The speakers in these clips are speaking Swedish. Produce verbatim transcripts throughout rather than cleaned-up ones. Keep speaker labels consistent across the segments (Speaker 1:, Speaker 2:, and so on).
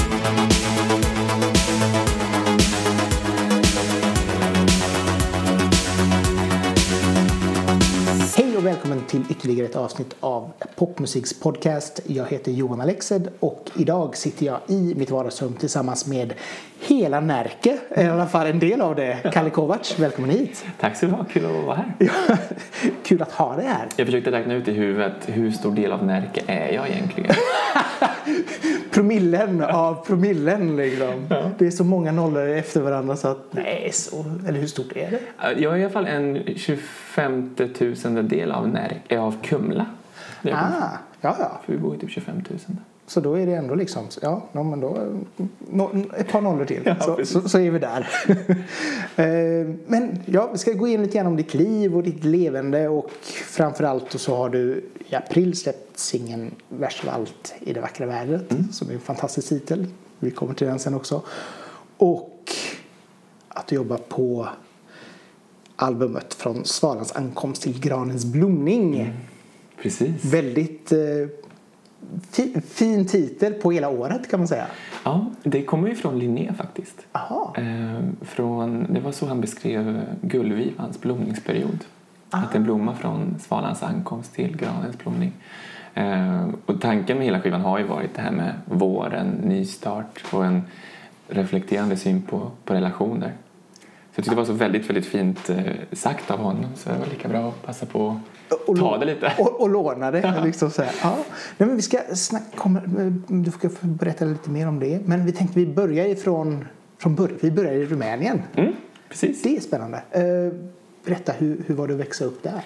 Speaker 1: Välkommen till ytterligare ett avsnitt av Popmusiks podcast. Jag heter Johan Alexed och idag sitter jag i mitt vardagsrum tillsammans med hela Närke, i alla fall en del av det. Kalle Kovacs, välkommen hit.
Speaker 2: Tack så mycket, kul att vara här.
Speaker 1: Ja, kul att ha det här.
Speaker 2: Jag försökte räkna ut i huvudet hur stor del av Närke är jag egentligen.
Speaker 1: Promillen av promillen liksom.
Speaker 2: Ja.
Speaker 1: Det är så många nollor efter varandra så att nej, så, eller hur stort är det?
Speaker 2: Jag är i alla fall en tjugofemte tusende del av Närke, av Kumla.
Speaker 1: Ah, ja ja.
Speaker 2: För vi bor i typ tjugofem tusen.
Speaker 1: Så då är det ändå liksom, ja, men då no, ett par nollor till,
Speaker 2: ja,
Speaker 1: så, så, så är vi där. Men ja, vi ska gå in lite grann om ditt liv och ditt levande och framförallt så har du i april släppt singeln Värst av allt i det vackra vädret, mm. som är en fantastisk titel. Vi kommer till den sen också. Och att du jobbar på albumet Från svalans ankomst till granens blomning.
Speaker 2: Mm. Precis.
Speaker 1: Väldigt eh, fin, fin titel på hela året kan man säga.
Speaker 2: Ja, det kommer ju från Linné faktiskt.
Speaker 1: Aha.
Speaker 2: Eh, från, det var så han beskrev gullvivans blomningsperiod. Aha. Att den blommar från svalans ankomst till granens blomning. Eh, och tanken med hela skivan har ju varit det här med våren, nystart och en reflekterande syn på, på relationer. Så jag tyckte det var så väldigt, väldigt fint eh, sagt av honom. Så det var lika bra att passa på att ta det lite.
Speaker 1: Och, och låna det. Ja. Liksom så här. Ja. Nej, men vi ska snacka, komma, du får berätta lite mer om det. Men vi tänkte vi börjar ifrån, från början. Vi börjar i Rumänien.
Speaker 2: Mm, precis.
Speaker 1: Det är spännande. Uh, berätta, hur, hur var det att växa upp där?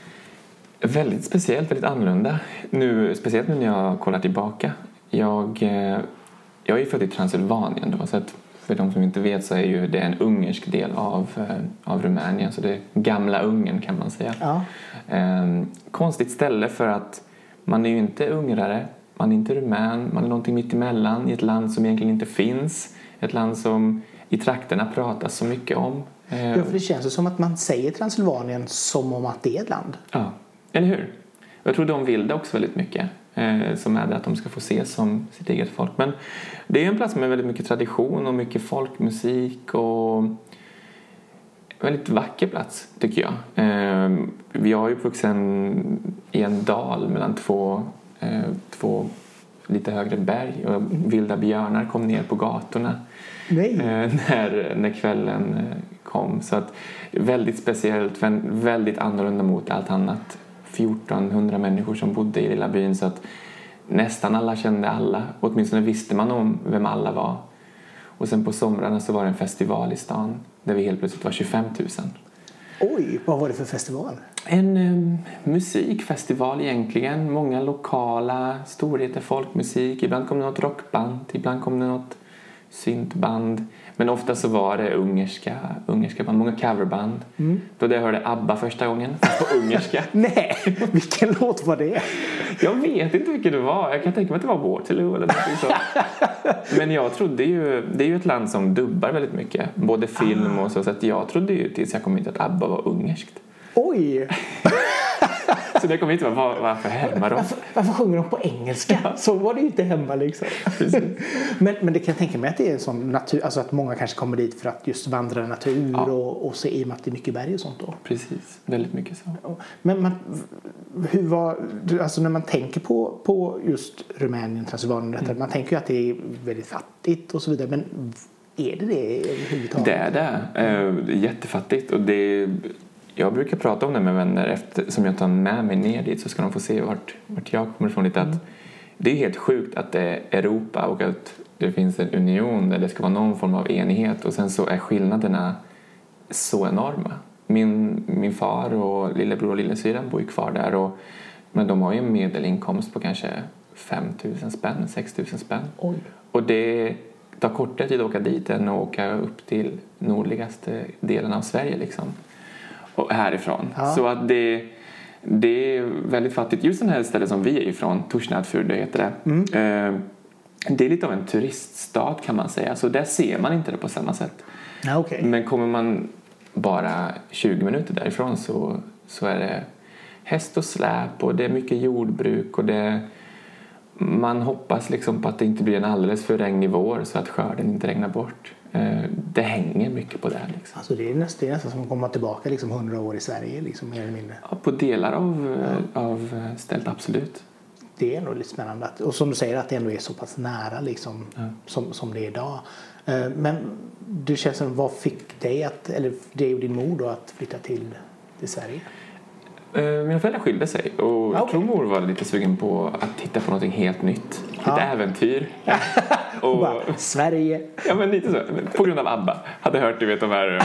Speaker 2: Väldigt speciellt, väldigt annorlunda. Nu, speciellt nu när jag kollar tillbaka. Jag, jag är född i Transylvanien då, så att för de som inte vet så är ju det en ungersk del av, av Rumänien. Så det är gamla Ungern kan man säga.
Speaker 1: Ja.
Speaker 2: Eh, konstigt ställe för att man är ju inte ungrare, man är inte rumän, man är någonting mitt emellan i ett land som egentligen inte finns. Ett land som i trakterna pratas så mycket om. Eh,
Speaker 1: ja, för det känns som att man säger Transylvanien som om att det är ett land.
Speaker 2: Ja, eller hur? Jag tror de vill det också väldigt mycket. Eh, som är det att de ska få se som sitt eget folk. Men det är en plats med väldigt mycket tradition och mycket folkmusik och en väldigt vacker plats tycker jag. Eh, vi har ju uppvuxen i en dal mellan två, eh, två lite högre berg och vilda björnar kom ner på gatorna.
Speaker 1: Nej.
Speaker 2: Eh, när, när kvällen kom. Så att väldigt speciellt, väldigt annorlunda mot allt annat. fjortonhundra människor som bodde i lilla byn, så att nästan alla kände alla. Åtminstone visste man om vem alla var. Och sen på somrarna så var det en festival i stan där vi helt plötsligt var tjugofem tusen.
Speaker 1: Oj, vad var det för festival?
Speaker 2: En um, musikfestival egentligen. Många lokala storheter, folkmusik. Ibland kom det något rockband, ibland kom det något syntband. Men ofta så var det ungerska, ungerska band, många coverband. Mm. Då det jag hörde ABBA första gången, fast på ungerska.
Speaker 1: Nej, vilken låt var det?
Speaker 2: Jag vet inte vilken det var. Jag kan tänka mig att det var Waterloo eller något så. Men jag trodde ju, det är ju ett land som dubbar väldigt mycket. Både film och så. Så att jag trodde ju tills jag kom hit att ABBA var ungerskt.
Speaker 1: Oj!
Speaker 2: Så det kom inte vara varför härmar de?
Speaker 1: Varför, varför sjunger de på engelska?
Speaker 2: Ja.
Speaker 1: Så var det ju inte hemma liksom. men, men det kan jag tänka mig att det är en sån natur, alltså att många kanske kommer dit för att just vandra natur, ja. och, och se i och med att det är mycket berg och sånt då.
Speaker 2: Precis, väldigt mycket så.
Speaker 1: Men man, hur var, alltså när man tänker på, på just Rumänien, Transylvanien, mm. man tänker ju att det är väldigt fattigt och så vidare, men är det det överhuvudtaget?
Speaker 2: Det är det. Det är jättefattigt och det är... Jag brukar prata om det med vänner efter, som jag tar med mig ner dit, så ska de få se vart, vart jag kommer ifrån lite. Att mm. det är helt sjukt att det är Europa och att det finns en union där det ska vara någon form av enighet, och sen så är skillnaderna så enorma. Min, min far och lillebror och lillesyran bor ju kvar där, och, men de har ju en medelinkomst på kanske fem tusen spänn, sex tusen spänn.
Speaker 1: Oj.
Speaker 2: Och det tar kortare tid att åka dit än att åka upp till nordligaste delen av Sverige liksom. Och härifrån. Ja. Så att det, det är väldigt fattigt. Just den här stället som vi är ifrån, Torsnadfjord heter det. Mm. Eh, det är lite av en turiststad kan man säga. Så där ser man inte det på samma sätt.
Speaker 1: Ja, okay.
Speaker 2: Men kommer man bara tjugo minuter därifrån så, så är det häst och släp och det är mycket jordbruk och det, man hoppas liksom på att det inte blir en alldeles för regnig vår så att skörden inte regnar bort. Det hänger mycket på det. Liksom.
Speaker 1: Alltså det är nästan, nästan som att komma tillbaka liksom hundra år i Sverige, liksom, mer eller mindre.
Speaker 2: Ja, på delar av,
Speaker 1: ja.
Speaker 2: av stället, absolut.
Speaker 1: Det är nog lite spännande. Att, och som du säger att det ändå är så pass nära liksom, ja. som, som det är idag. Men det känns som, vad fick dig att, eller det och din mor då, att flytta till, till Sverige?
Speaker 2: Mina föräldrar skilde sig och okay. jag tror mor var lite sugen på att titta på något helt nytt. Ett ja. äventyr.
Speaker 1: och bara, Sverige.
Speaker 2: Ja, men lite så. På grund av ABBA. Hade hört, du vet, de här...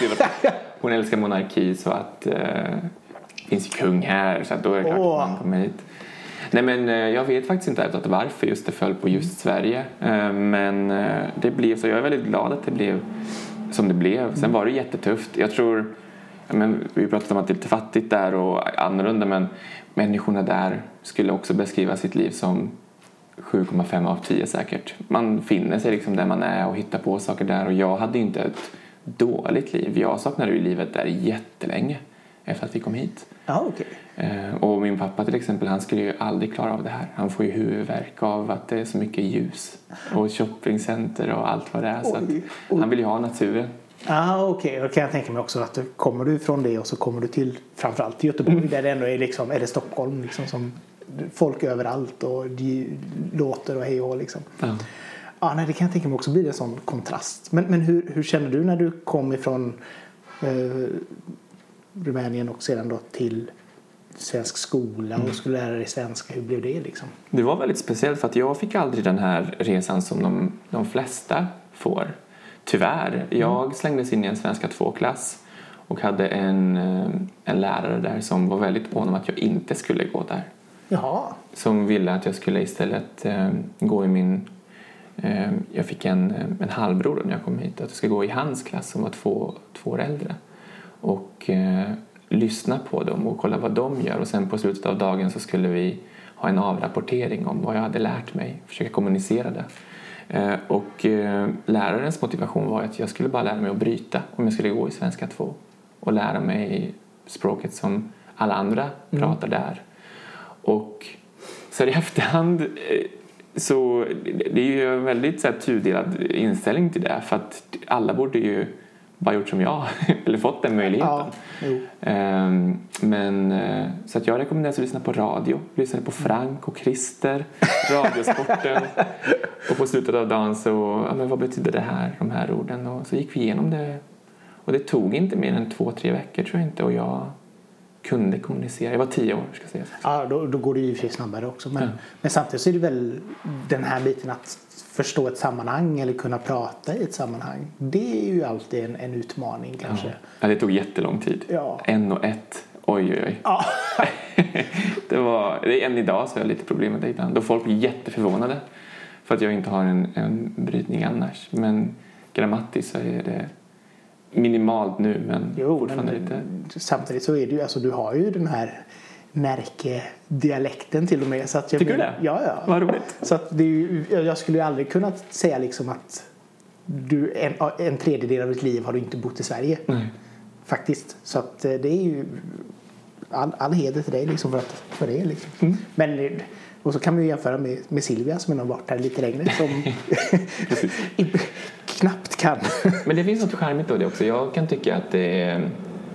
Speaker 2: Hon älskar monarki, så att... Eh, det finns ju kung här, så att då är det klart oh. att man kommer hit. Nej, men jag vet faktiskt inte att varför just det föll på just Sverige. Men det blev så. Jag är väldigt glad att det blev som det blev. Sen var det jättetufft. Jag tror... Men vi pratade om att det är lite fattigt där och annorlunda, men människorna där skulle också beskriva sitt liv som sju komma fem av tio säkert. Man finner sig liksom där man är och hittar på saker där, och jag hade ju inte ett dåligt liv. Jag saknade ju livet där jättelänge efter att vi kom hit.
Speaker 1: Ja, okej.
Speaker 2: Okay. Och min pappa till exempel, han skulle ju aldrig klara av det här. Han får ju huvudvärk av att det är så mycket ljus och shoppingcenter och allt vad det är. Oj, så att oj. Han vill ju ha naturen.
Speaker 1: Ja, okej. Okay. Då kan jag tänka mig också att kommer du från det och så kommer du till framförallt till Göteborg mm. där det ändå är liksom, är det Stockholm liksom, som folk överallt och de låter och hej och liksom. Ja. Ja, nej, det kan jag tänka mig också blir en sån kontrast. Men, men hur, hur känner du när du kom ifrån eh, Rumänien och sedan då till svensk skola och mm. skulle lära dig svenska? Hur blev det liksom? Det
Speaker 2: var väldigt speciellt för att jag fick aldrig den här resan som de, de flesta får. Tyvärr. Jag slängdes in i en svenska två-klass och hade en, en lärare där som var väldigt mån om att jag inte skulle gå där.
Speaker 1: Jaha.
Speaker 2: Som ville att jag skulle istället eh, gå i min... Eh, jag fick en, en halvbror när jag kom hit. Att jag skulle gå i hans klass som var två, två år äldre. Och eh, lyssna på dem och kolla vad de gör. Och sen på slutet av dagen så skulle vi ha en avrapportering om vad jag hade lärt mig. Försöka kommunicera det. Och lärarens motivation var att jag skulle bara lära mig att bryta om jag skulle gå i svenska två och lära mig språket som alla andra mm. pratar där. Och så i efterhand så det är ju en väldigt så här, tudelad inställning till det, för att alla borde ju bara gjort som jag eller fått den möjligheten. Ja, um, men så att jag rekommenderar att lyssna på radio, lyssna på Frank och Christer, Radiosporten. Och på slutet av dagen så, ja, men vad betyder det här, de här orden? Och så gick vi igenom det. Och det tog inte mer än två, tre veckor tror jag inte. Och jag kunde kommunicera. Jag var tio år, ska jag säga.
Speaker 1: Ja, då, då går det ju för snabbare också. Men, ja. men samtidigt så är det väl den här biten att förstå ett sammanhang eller kunna prata i ett sammanhang. Det är ju alltid en, en utmaning kanske.
Speaker 2: Ja. ja, det tog jättelång tid. Ja. En och ett. Oj, oj, oj.
Speaker 1: Ja.
Speaker 2: det var, det är än idag så har jag lite problem med det ibland. Då folk blir jätteförvånade. För att jag inte har en, en brytning annars. Men grammatiskt så är det minimalt nu. Men jo, fortfarande men, lite.
Speaker 1: Samtidigt så är det ju, alltså du har ju den här Närke-dialekten till och med. Så att jag
Speaker 2: Tycker
Speaker 1: vill,
Speaker 2: du det?
Speaker 1: Ja, ja.
Speaker 2: Vad roligt.
Speaker 1: Så att det är ju, jag skulle ju aldrig kunna säga liksom att du, en, en tredjedel av ditt liv har du inte bott i Sverige.
Speaker 2: Nej.
Speaker 1: Faktiskt. Så att det är ju all, all heder till dig liksom för, att, för det liksom. Mm. Men och så kan man ju jämföra med, med Silvia som har varit här lite längre som knappt kan.
Speaker 2: Men det finns något charmigt då det också. Jag kan tycka att det är,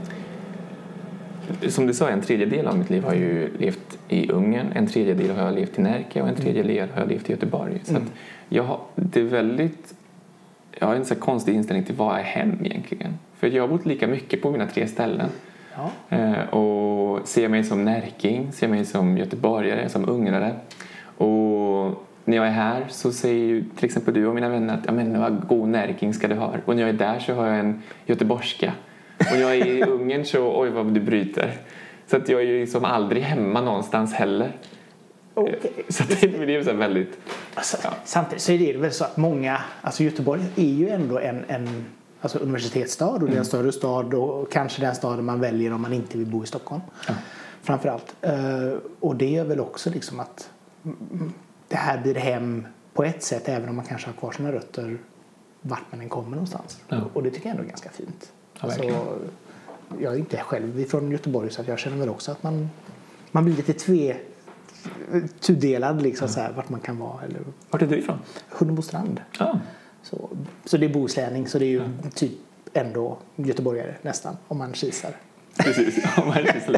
Speaker 2: som du sa, en tredjedel av mitt liv har jag ju levt i Ungern, en tredjedel har jag levt i Närke och en tredjedel har jag levt i Göteborg. Så att jag har, det är väldigt, jag har en så konstig inställning till vad är hem egentligen. För jag har bott lika mycket på mina tre ställen. Ja. Eh, och ser mig som närking, ser mig som göteborgare, som ungrare. Och när jag är här så säger ju till exempel du och mina vänner att ja, men vad god närking ska du ha. Och när jag är där så har jag en göteborgska. Och när jag är i Ungern så oj vad du bryter. Så att jag är ju som aldrig hemma någonstans heller.
Speaker 1: Okay.
Speaker 2: Så det blir ju så väldigt...
Speaker 1: Alltså, ja. Samtidigt så är det väl så att många, alltså Göteborg är ju ändå en, en alltså universitetsstad och det är en större stad och kanske den staden man väljer om man inte vill bo i Stockholm. Ja. Framförallt. Uh, och det är väl också liksom att det här blir hem på ett sätt även om man kanske har kvar sina rötter vart man än kommer någonstans. Ja. Och det tycker jag ändå är ganska fint. Ja, alltså, jag är inte själv från Göteborg så att jag känner väl också att man, man blir lite tve, tudelad liksom så här, vart man kan vara. Eller...
Speaker 2: Vart är du ifrån?
Speaker 1: Hunnebostrand.
Speaker 2: Ja.
Speaker 1: Så, så det är bohuslänning, så det är ju ja. typ ändå göteborgare nästan, om man kisar.
Speaker 2: Precis, om man kisar.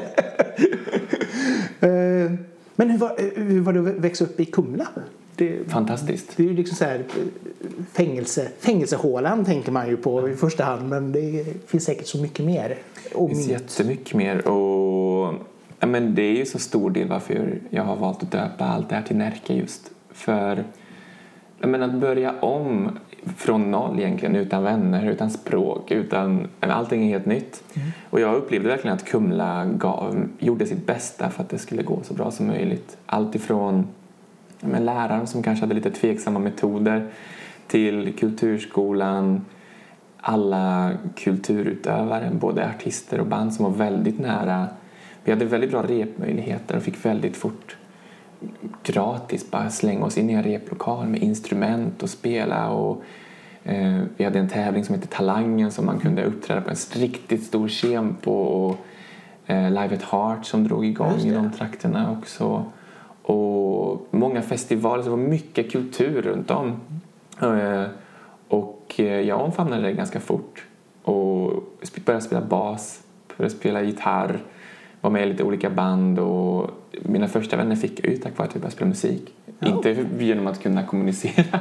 Speaker 1: Men hur var, hur var det att växa upp i Kumla? Det,
Speaker 2: Fantastiskt.
Speaker 1: Det är ju liksom så här fängelse, fängelsehålan tänker man ju på i första hand, men det finns säkert så mycket mer.
Speaker 2: Och det finns jättemycket mer och ja, men det är ju så stor del varför jag har valt att döpa allt det här till Närke just. För jag menar, att börja om från noll egentligen, utan vänner, utan språk, utan allting är helt nytt. Mm. Och jag upplevde verkligen att Kumla gav, gjorde sitt bästa för att det skulle gå så bra som möjligt. Allt ifrån men, läraren som kanske hade lite tveksamma metoder till kulturskolan, alla kulturutövare, både artister och band som var väldigt nära. Vi hade väldigt bra repmöjligheter och fick väldigt fort gratis bara slänga oss in i en replokal med instrument och spela. Och eh, vi hade en tävling som hette Talangen som man kunde uppträda på en riktigt stor scen på. Och eh, Live at Heart som drog igång i de trakterna också. Och många festivaler, så det var mycket kultur runt om. Eh, och eh, jag omfamnade det ganska fort. Och började spela bas, började spela gitarr. Var med i lite olika band och mina första vänner fick jag ut tack vare att jag började spela musik. Ja. Inte genom att kunna kommunicera.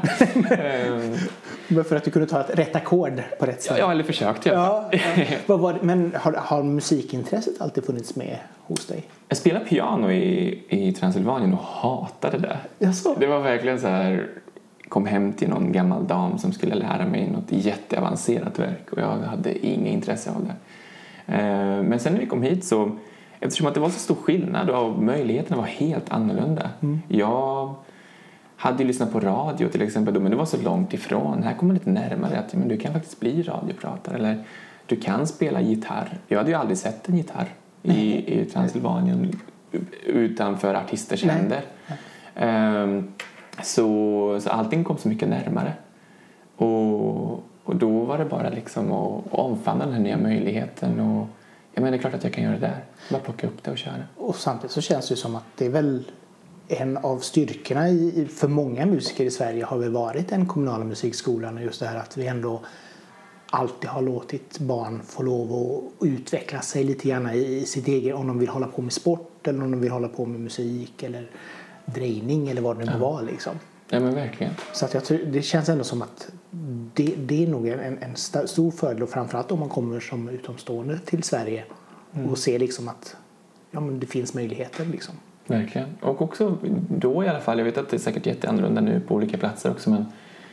Speaker 1: Men för att du kunde ta ett rätt ackord på rätt sätt.
Speaker 2: Ja, eller försökt jag.
Speaker 1: Ja, ja. Vad var det? Men har, har musikintresset alltid funnits med hos dig?
Speaker 2: Jag spelade piano i, i Transylvanien och hatade det.
Speaker 1: Jaså?
Speaker 2: Det var verkligen så här, kom hem till någon gammal dam som skulle lära mig något jätteavancerat verk och jag hade inget intresse av det. Men sen när vi kom hit så, eftersom att det var så stor skillnad och möjligheterna var helt annorlunda. Mm. Jag hade ju lyssnat på radio till exempel, men det var så långt ifrån. Här kommer lite närmare att men du kan faktiskt bli radiopratare eller du kan spela gitarr. Jag hade ju aldrig sett en gitarr i, i Transylvanien utanför artisters händer. Um, så, så allting kom så mycket närmare. Och, och då var det bara liksom att omfamna den här nya möjligheten och jag menar, det är klart att jag kan göra det där. Bara plocka upp det och köra.
Speaker 1: Och samtidigt så känns det som att det är väl en av styrkorna i, för många musiker i Sverige har väl varit den kommunala musikskolan och just det här att vi ändå alltid har låtit barn få lov att utveckla sig lite grann i sitt eget, om de vill hålla på med sport eller om de vill hålla på med musik eller drejning eller vad det nu ja. var liksom.
Speaker 2: Ja men verkligen.
Speaker 1: Så att jag tror, det känns ändå som att det, det är nog en, en stor fördel och framförallt om man kommer som utomstående till Sverige mm. och ser liksom att ja, men det finns möjligheter liksom.
Speaker 2: Verkligen. Och också då i alla fall, jag vet att det är säkert jätteannorlunda nu på olika platser också men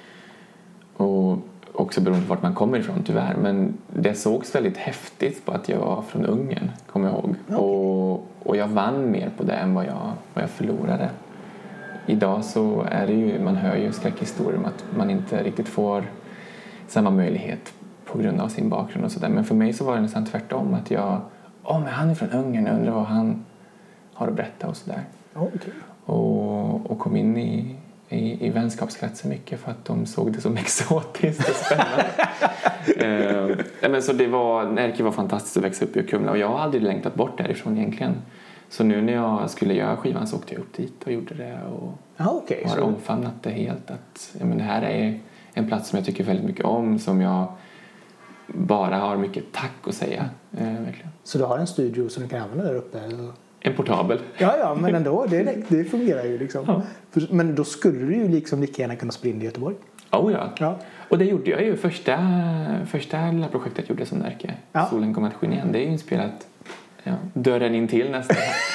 Speaker 2: och också beroende på vart man kommer ifrån tyvärr, men det sågs väldigt häftigt på att jag var från Ungern, kommer jag ihåg. Okay. Och, och jag vann mer på det än vad jag, vad jag förlorade. Idag så är det ju, man hör ju skräckhistorier om att man inte riktigt får samma möjlighet på grund av sin bakgrund och sådär. Men för mig så var det nästan tvärtom att jag, åh men han är från Ungern, jag undrar vad han har att berätta och sådär.
Speaker 1: Oh, okay.
Speaker 2: och, och kom in i, i, i vänskapskretsen mycket för att de såg det som exotiskt och spännande. eh, men så det var, Närke var fantastiskt att växa upp i Kumla och jag har aldrig längtat bort därifrån egentligen. Så nu när jag skulle göra skivan så åkte jag upp dit och gjorde det och
Speaker 1: ah, okay.
Speaker 2: har
Speaker 1: så...
Speaker 2: omfamnat det helt. Att, ja, men det här är en plats som jag tycker väldigt mycket om, som jag bara har mycket tack att säga. Eh, verkligen.
Speaker 1: Så du har en studio som du kan använda där uppe? Eller?
Speaker 2: En portabel.
Speaker 1: Ja, ja, men ändå, det, det fungerar ju liksom. Ja. Men då skulle du ju liksom lika gärna kunna spela in i Göteborg.
Speaker 2: Oh ja. ja. Och det gjorde jag ju. Första, första lilla projektet jag gjorde som Närke. Ja. Solen kommer att skina igen. Det är ju inspelat ja, dörren in till nästan.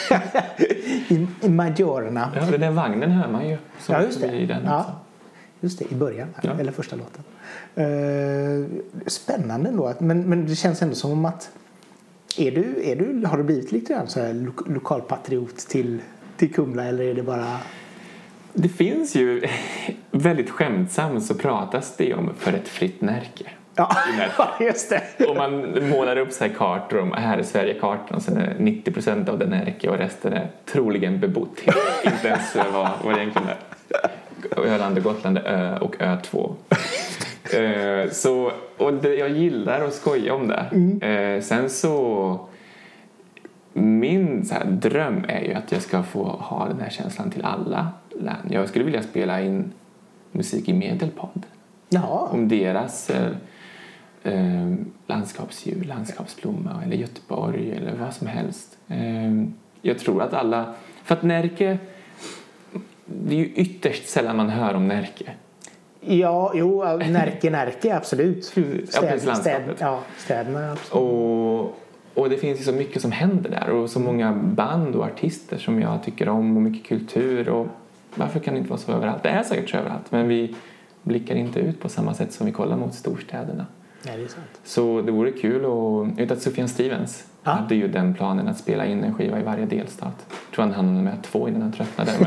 Speaker 1: I, I Majorna.
Speaker 2: Ja, den där vagnen hör man ju.
Speaker 1: Ja, just det.
Speaker 2: I den
Speaker 1: ja. Just det, i början. Ja. Eller första låten. Uh, spännande ändå. Men, men det känns ändå som att Är du, är du, har du blivit lite grann så här lo- lokalpatriot till, till Kumla eller är det bara...
Speaker 2: Det finns ju väldigt skämtsamt så pratas det om för ett fritt Närke.
Speaker 1: Ja, just det.
Speaker 2: Och man målar upp sig kartor om här är Sverigekartan och sen är nittio procent av den Närke och resten är troligen bebott. Inte ens vad, vad det egentligen är. Öland och Gotland är Ö och Ö två. Uh, så, och det, jag gillar att skoja om det. Mm. Uh, sen så min så här, dröm är ju att jag ska få ha den här känslan till alla län. Jag skulle vilja spela in musik i Medelpad.
Speaker 1: Ja.
Speaker 2: Om deras eh, eh, landskapsdjur, landskapsblomma eller Göteborg eller vad som helst. Eh, jag tror att alla... För att Närke... Det är ju ytterst sällan man hör om Närke.
Speaker 1: Ja, jo, Närke, Närke, absolut.
Speaker 2: Städ, ja,
Speaker 1: städ, ja, städerna, absolut.
Speaker 2: Och, och det finns ju så mycket som händer där. Och så många band och artister som jag tycker om. Och mycket kultur. Och varför kan det inte vara så överallt? Det är säkert så överallt. Men vi blickar inte ut på samma sätt som vi kollar mot storstäderna.
Speaker 1: Nej, det är sant.
Speaker 2: Så det vore kul att... Jag vet att Sufjan Stevens ja. hade ju den planen att spela in en skiva i varje delstat. Jag tror han hann med två innan han tröttnade. Men,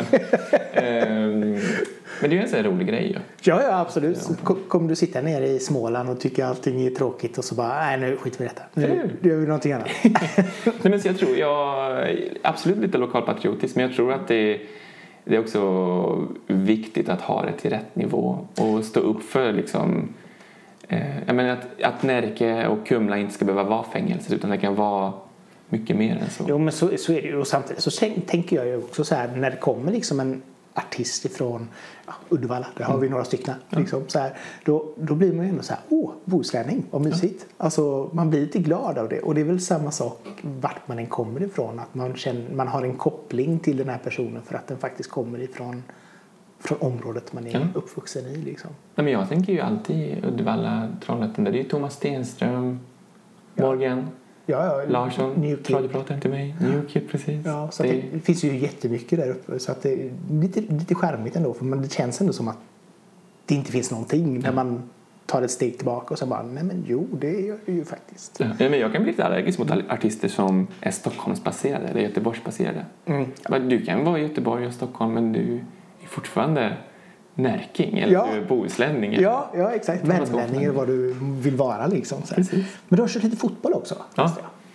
Speaker 2: eh, men det är ju en sån här rolig grej. Ja,
Speaker 1: ja, ja absolut. Ja. Kommer du sitta nere i Småland och tycker allting är tråkigt och så bara, nej nu skiter vi i detta. Nu gör vi någonting annat.
Speaker 2: Nej, men så jag tror, jag absolut lite lokalpatriotisk, men jag tror att det, det är också viktigt att ha det till rätt nivå och stå upp för liksom... Jag menar att, att Närke och Kumla inte ska behöva vara fängelse utan det kan vara mycket mer än så.
Speaker 1: Jo, men så, så är det ju. Och samtidigt så tänker jag ju också så här, när det kommer liksom en artist ifrån ja, Uddevalla, där har vi några stycken liksom, så här, då, då blir man ju ändå så här, åh, bohuslänning, vad mysigt. Ja. Alltså man blir lite glad av det, och det är väl samma sak vart man än kommer ifrån, att man, känner, man har en koppling till den här personen för att den faktiskt kommer ifrån från området man är ja. uppvuxen i liksom.
Speaker 2: Nej, men jag tänker ju alltid Uddevalla, Trollhättan, där det är ju Thomas Stenström, ja. Morgan,
Speaker 1: ja, ja.
Speaker 2: Larsson, radioprataren till mig, ja. New Kid, precis.
Speaker 1: Ja, så det... Det, det finns ju jättemycket där uppe, så att det är lite, lite charmigt ändå, för man, det känns ändå som att det inte finns någonting när ja. man tar ett steg tillbaka och så bara, nej men jo, det gör det ju faktiskt.
Speaker 2: Ja, men jag kan bli lite allergisk mot artister som är Stockholmsbaserade eller Göteborgsbaserade. Mm. Ja. Du kan vara i Göteborg och Stockholm, men du är fortfarande närking eller
Speaker 1: ja.
Speaker 2: du är bohuslänning.
Speaker 1: Ja, ja, exakt. Värmlänning är vad du vill vara liksom. Så men du har kört lite fotboll också.
Speaker 2: Ja.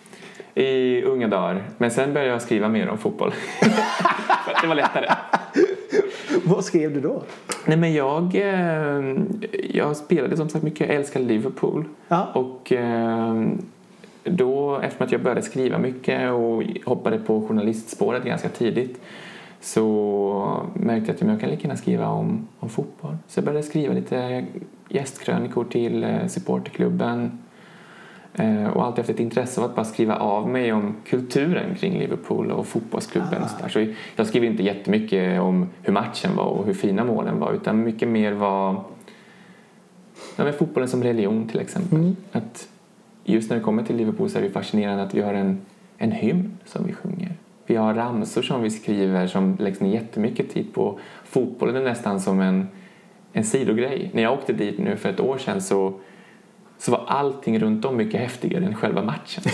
Speaker 2: I unga dagar. Men sen började jag skriva mer om fotboll. Det var lättare.
Speaker 1: Vad skrev du då?
Speaker 2: Nej, men jag, jag spelade som sagt mycket. Jag älskar Liverpool. Ja. Och då, eftersom att jag började skriva mycket och hoppade på journalistspåret ganska tidigt, så märkte jag att jag kan lika gärna skriva om, om fotboll. Så jag började skriva lite gästkrönikor till eh, supporterklubben. Eh, och alltid haft ett intresse av att bara skriva av mig om kulturen kring Liverpool och fotbollsklubben. Ah. Och så där. Så jag skrev inte jättemycket om hur matchen var och hur fina målen var, utan mycket mer var ja, med fotbollen som religion till exempel. Mm. Att just när det kommer till Liverpool så är det fascinerande att vi har en, en hymn som vi sjunger. Vi har ramsor som vi skriver som läggs ner jättemycket tid på. Fotbollen är nästan som en, en sidogrej. När jag åkte dit nu för ett år sedan så, så var allting runt om mycket häftigare än själva matchen.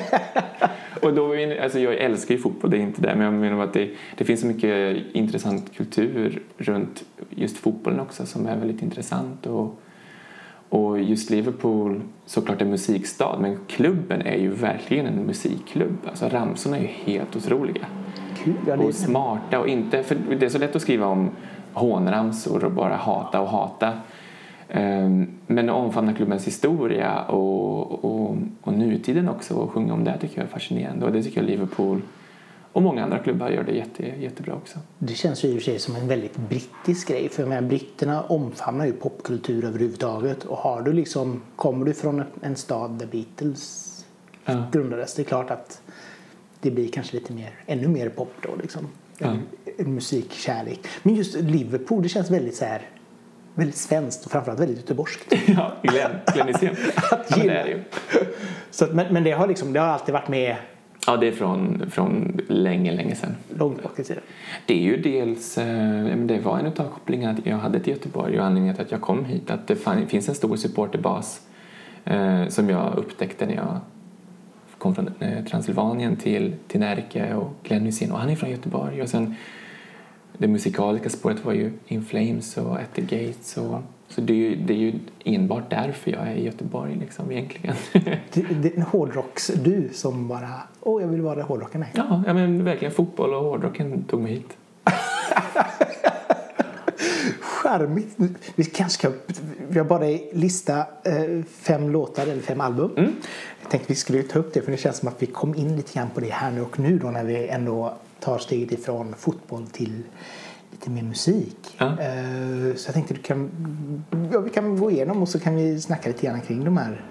Speaker 2: Och då, alltså jag älskar ju fotboll, det är inte det. Men jag menar att det, det finns så mycket intressant kultur runt just fotbollen också som är väldigt intressant. Och, och just Liverpool, såklart en musikstad, men klubben är ju verkligen en musikklubb. Alltså ramsorna är ju helt otroliga.
Speaker 1: Kul, ja,
Speaker 2: och smarta och inte, för det är så lätt att skriva om hånramsor och bara hata och hata. Um, men att omfamna klubbens historia och, och, och nutiden också och sjunga om det tycker jag är fascinerande. Och det tycker jag Liverpool och många andra klubbar gör det jätte, jättebra också.
Speaker 1: Det känns ju i och för sig som en väldigt brittisk grej. För med britterna omfamnar ju popkultur överhuvudtaget. Och har du liksom, kommer du från en stad där Beatles ja. grundades, det är klart att det blir kanske lite mer, ännu mer pop då liksom. Ja. En musikkärlek. Men just Liverpool, det känns väldigt så här, väldigt svenskt och framförallt väldigt göteborgskt.
Speaker 2: Ja, Glenn, Glenn Hysén. Ja, det är det ju.
Speaker 1: Så att, men, men det har liksom, det har alltid varit med.
Speaker 2: Ja, det är från, från länge, länge sedan.
Speaker 1: Långt bak i tiden.
Speaker 2: Det är ju dels, eh, det var en av kopplingarna jag hade till Göteborg och anledningen till att jag kom hit. Att det fann, finns en stor supporterbas eh, som jag upptäckte när jag kom från eh, Transylvanien till, till Närke och Glenn Hysén. Och han är från Göteborg. Och sen det musikaliska spåret var ju In Flames och At the Gates. Och, så det är, ju, det är ju enbart därför jag är i Göteborg liksom, egentligen.
Speaker 1: det, det är en hårdrocks-du som bara, åh jag vill vara hårdrocken här.
Speaker 2: Ja, ja, men verkligen fotboll och hårdrocken tog mig hit.
Speaker 1: charmigt. Vi kanske ska, vi har bara lista eh, fem låtar eller fem album. Mm. Jag tänkte vi skulle ta upp det för det känns som att vi kom in lite grann på det här nu och nu då när vi ändå tar steget ifrån fotboll till lite mer musik. Ja. Eh, så jag tänkte du kan, ja, vi kan gå igenom och så kan vi snacka lite grann kring de här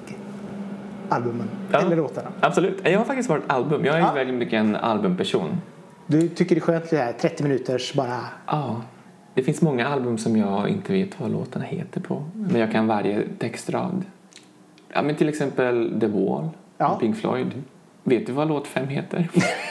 Speaker 1: albumen ja. Eller låtarna.
Speaker 2: Absolut. Jag har faktiskt varit album. Jag är ja. väldigt mycket en albumperson.
Speaker 1: Du tycker det är skönt det här trettio minuters bara...
Speaker 2: Ja. Det finns många album som jag inte vet vad låtarna heter på. Men jag kan varje textrad. Ja, men till exempel The Wall. Ja. Pink Floyd. Vet du vad låt fem heter?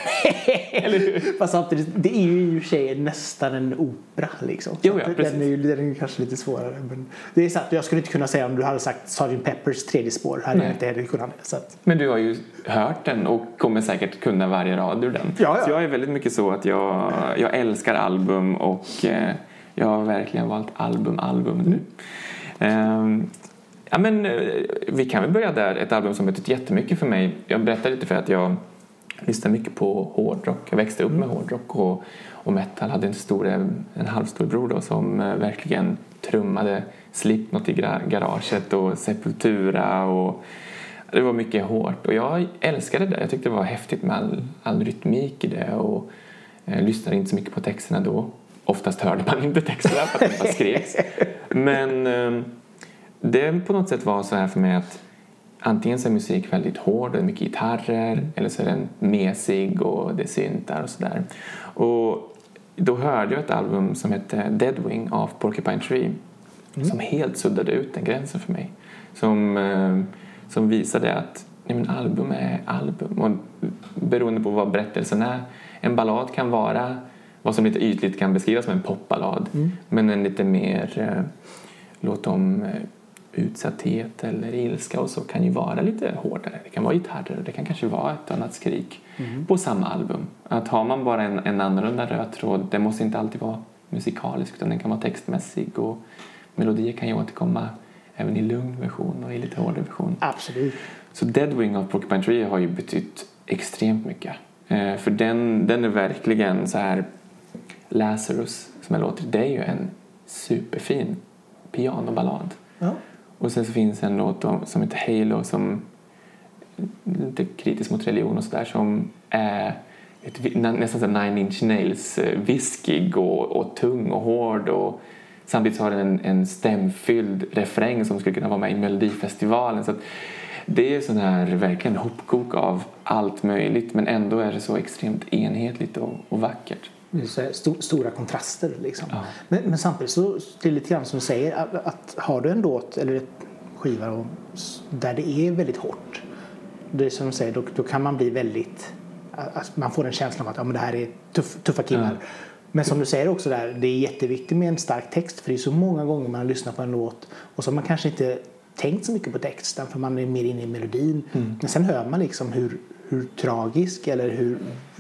Speaker 1: Eller hur? Fast samtidigt, det är ju i och för sig nästan en opera liksom.
Speaker 2: Jo, ja, precis.
Speaker 1: Den är ju den är ju kanske lite svårare. Men det är sant, jag skulle inte kunna säga om du hade sagt sergeant Peppers tredje spår. Hade jag inte heller kunnat. Så att...
Speaker 2: Men du har ju hört den och kommer säkert kunna varje rad ur den.
Speaker 1: Ja, ja.
Speaker 2: Så jag är väldigt mycket så att jag, jag älskar album och eh, jag har verkligen valt album, album nu. Mm. Um, Ja, men vi kan väl börja där. Ett album som betytt jättemycket för mig. Jag berättar lite för att jag lyssnar mycket på hårdrock. Jag växte upp med hårdrock och, och metal. Hade en, stor, en halvstor bror då, som verkligen trummade Slipknot i garaget och Sepultura. Och det var mycket hårt. Och jag älskade det. Jag tyckte det var häftigt med all, all rytmik i det. Och eh, lyssnade inte så mycket på texterna då. Oftast hörde man inte texterna för att det bara skreks. Men... Eh, det på något sätt var så här för mig att antingen så är musik väldigt hård, det är mycket gitarrer, mm. eller så är den mesig och det är syntar och sådär. Och då hörde jag ett album som hette Deadwing av Porcupine Tree mm. som helt suddade ut den gränsen för mig. Som, eh, som visade att nej, men album är album. Och beroende på vad berättelsen är, en ballad kan vara vad som lite ytligt kan beskrivas som en popballad. Mm. Men en lite mer, eh, låt om... Eh, utsatthet eller ilska och så kan ju vara lite hårdare. Det kan vara gitarrer, det kan kanske vara ett annat skrik mm. på samma album. Att har man bara en, en annorlunda röd tråd, det måste inte alltid vara musikalisk utan den kan vara textmässig och melodier kan ju återkomma även i lugn version och i lite hårdare version.
Speaker 1: Absolut.
Speaker 2: Så Deadwing av Porcupine Tree har ju betytt extremt mycket. Eh, för den, den är verkligen så här Lazarus som jag låter, det är ju en superfin pianoballad. Ja. Och sen så finns en låt som heter Halo som är lite kritisk mot religion och sådär som är ett, nästan så Nine Inch Nails viskig och, och tung och hård och samtidigt så har den en, en stämfylld refräng som skulle kunna vara med i Melodifestivalen så att det är sån här verkligen hopkok av allt möjligt men ändå är det så extremt enhetligt och, och vackert.
Speaker 1: Så st- stora kontraster liksom.
Speaker 2: Ja.
Speaker 1: Men, men samtidigt så det är lite grann som du säger att, att har du en låt eller ett skiva och, där det är väldigt hårt det är som du säger då, då kan man bli väldigt att man får en känsla av att ja, men det här är tuff, tuffa killar. Ja. Men som du säger också där det är jätteviktigt med en stark text för det är så många gånger man lyssnar på en låt och så har man kanske inte tänkt så mycket på texten för man är mer inne i melodin mm. men sen hör man liksom hur, hur tragisk eller hur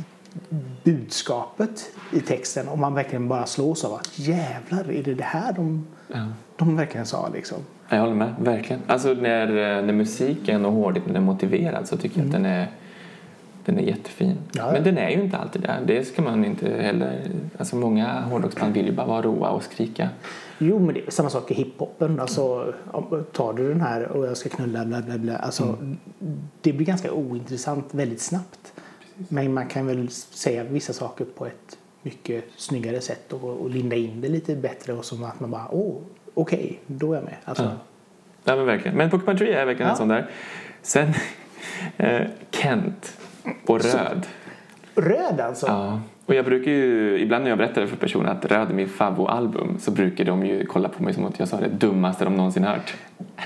Speaker 1: budskapet i texten om man verkligen bara slås av att jävlar är det det här de, ja. de verkligen sa liksom.
Speaker 2: Jag håller med, verkligen. Alltså när, när musiken och hårdheten är motiverad så tycker jag mm. att den är den är jättefin. Ja, ja. Men den är ju inte alltid där. Det ska man inte heller... Alltså många hårdrocksband vill ju bara vara roa och skrika.
Speaker 1: Jo, men det är samma sak i hiphopen. Alltså, tar du den här och jag ska knulla bla bla bla. Alltså, mm. det blir ganska ointressant väldigt snabbt. Men man kan väl säga vissa saker på ett mycket snyggare sätt och, och linda in det lite bättre och som att man bara, åh, okej, okay, då är jag med. Alltså.
Speaker 2: Ja. ja, men verkligen. Men Porcupine Tree är verkligen ja. en sån där. Sen eh, Kent och Röd.
Speaker 1: Så, röd alltså?
Speaker 2: Ja. Och jag brukar ju, ibland när jag berättar för personer att Röd är min favoritalbum så brukar de ju kolla på mig som att jag sa det dummaste de någonsin hört.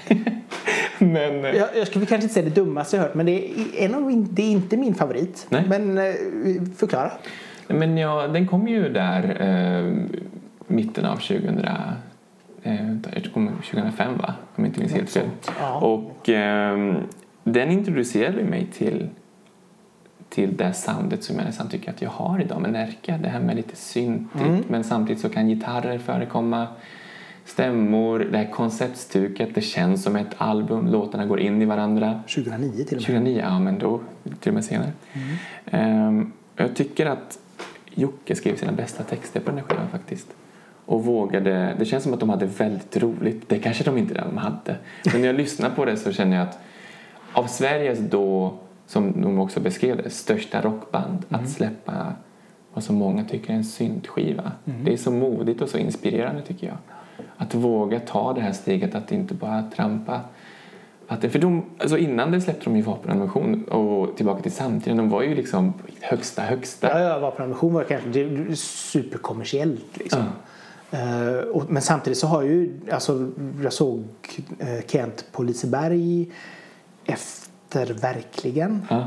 Speaker 2: Men,
Speaker 1: jag, jag skulle kanske inte säga det dummaste jag hört men det är, en av min, det är inte min favorit.
Speaker 2: Nej.
Speaker 1: Men eh, förklara.
Speaker 2: Men ja, den kom ju där eh, mitten av tjugohundra, eh, tjugohundrafem va? Om jag inte minns helt fel. Ja. Och eh, den introducerade mig till till det soundet som jag nästan tycker att jag har idag med Närke. Det här med lite syntigt mm. men samtidigt så kan gitarrer förekomma, stämmor, det här konceptstuket, det känns som ett album, låtarna går in i varandra.
Speaker 1: tjugohundranio till och med.
Speaker 2: tjugohundranio, ja men då till och med senare. Mm. Um, jag tycker att Jocke skrev sina bästa texter på den här skivan faktiskt. och vågade, det känns som att de hade väldigt roligt. Det kanske de inte de hade. Men när jag lyssnar på det så känner jag att av Sveriges då, som de också beskrev det, största rockband, mm. att släppa vad så många tycker är en syntskiva. Mm. Det är så modigt och så inspirerande tycker jag. Att våga ta det här steget, att inte bara trampa. Att det, för de, alltså innan det släppte de ju Vapenammunition och tillbaka till samtiden, de var ju liksom högsta, högsta.
Speaker 1: Ja, ja Vapenammunition var kanske det, det, superkommersiellt liksom. Uh. Uh, och, men samtidigt så har ju, alltså jag såg uh, Kent på Liseberg efter verkligen. Uh.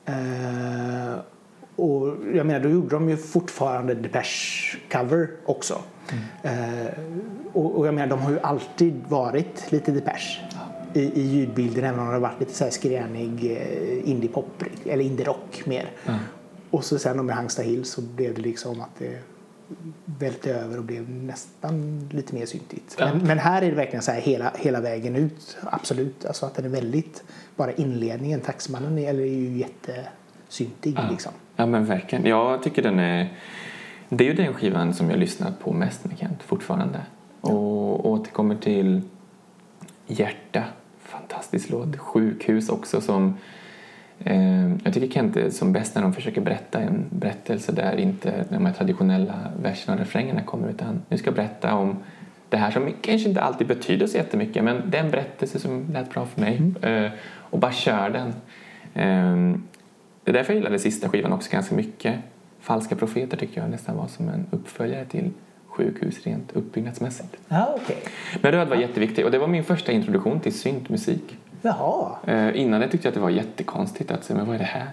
Speaker 1: Uh, och jag menar, då gjorde de ju fortfarande Depeche cover också. Mm. Uh, och, och jag menar, de har ju alltid varit lite Depeche. I, i ljudbilden, även om det har varit lite så här skränig eh, indie-pop eller indie-rock mer. Mm. Och så sen med Hangsta Hill så blev det liksom att det välte över och blev nästan lite mer syntigt. Mm. Men, men här är det verkligen så här hela, hela vägen ut, absolut. Alltså att den är väldigt, bara inledningen, Taxmannen är, eller är ju jättesyntig mm. liksom.
Speaker 2: Ja men verkligen, jag tycker den är, det är ju den skivan som jag lyssnat på mest med Kent fortfarande. Och återkommer till Hjärta, fantastisk låt. Sjukhus också som eh, jag tycker Kent är som bäst när de försöker berätta en berättelse där inte de här traditionella verserna och refrängerna kommer, utan nu ska jag berätta om det här som kanske inte alltid betyder så jättemycket, men det är en berättelse som lät bra för mig. Mm. eh, och bara kör den. eh, det är därför jag gillade sista skivan också ganska mycket. Falska profeter tycker jag nästan var som en uppföljare till Sjukhus rent uppbyggnadsmässigt.
Speaker 1: Ja, okej. Okay.
Speaker 2: Men Röd var jätteviktig och det var min första introduktion till syntmusik.
Speaker 1: Jaha.
Speaker 2: Eh, innan det tyckte jag att det var jättekonstigt att säga, men vad är det här?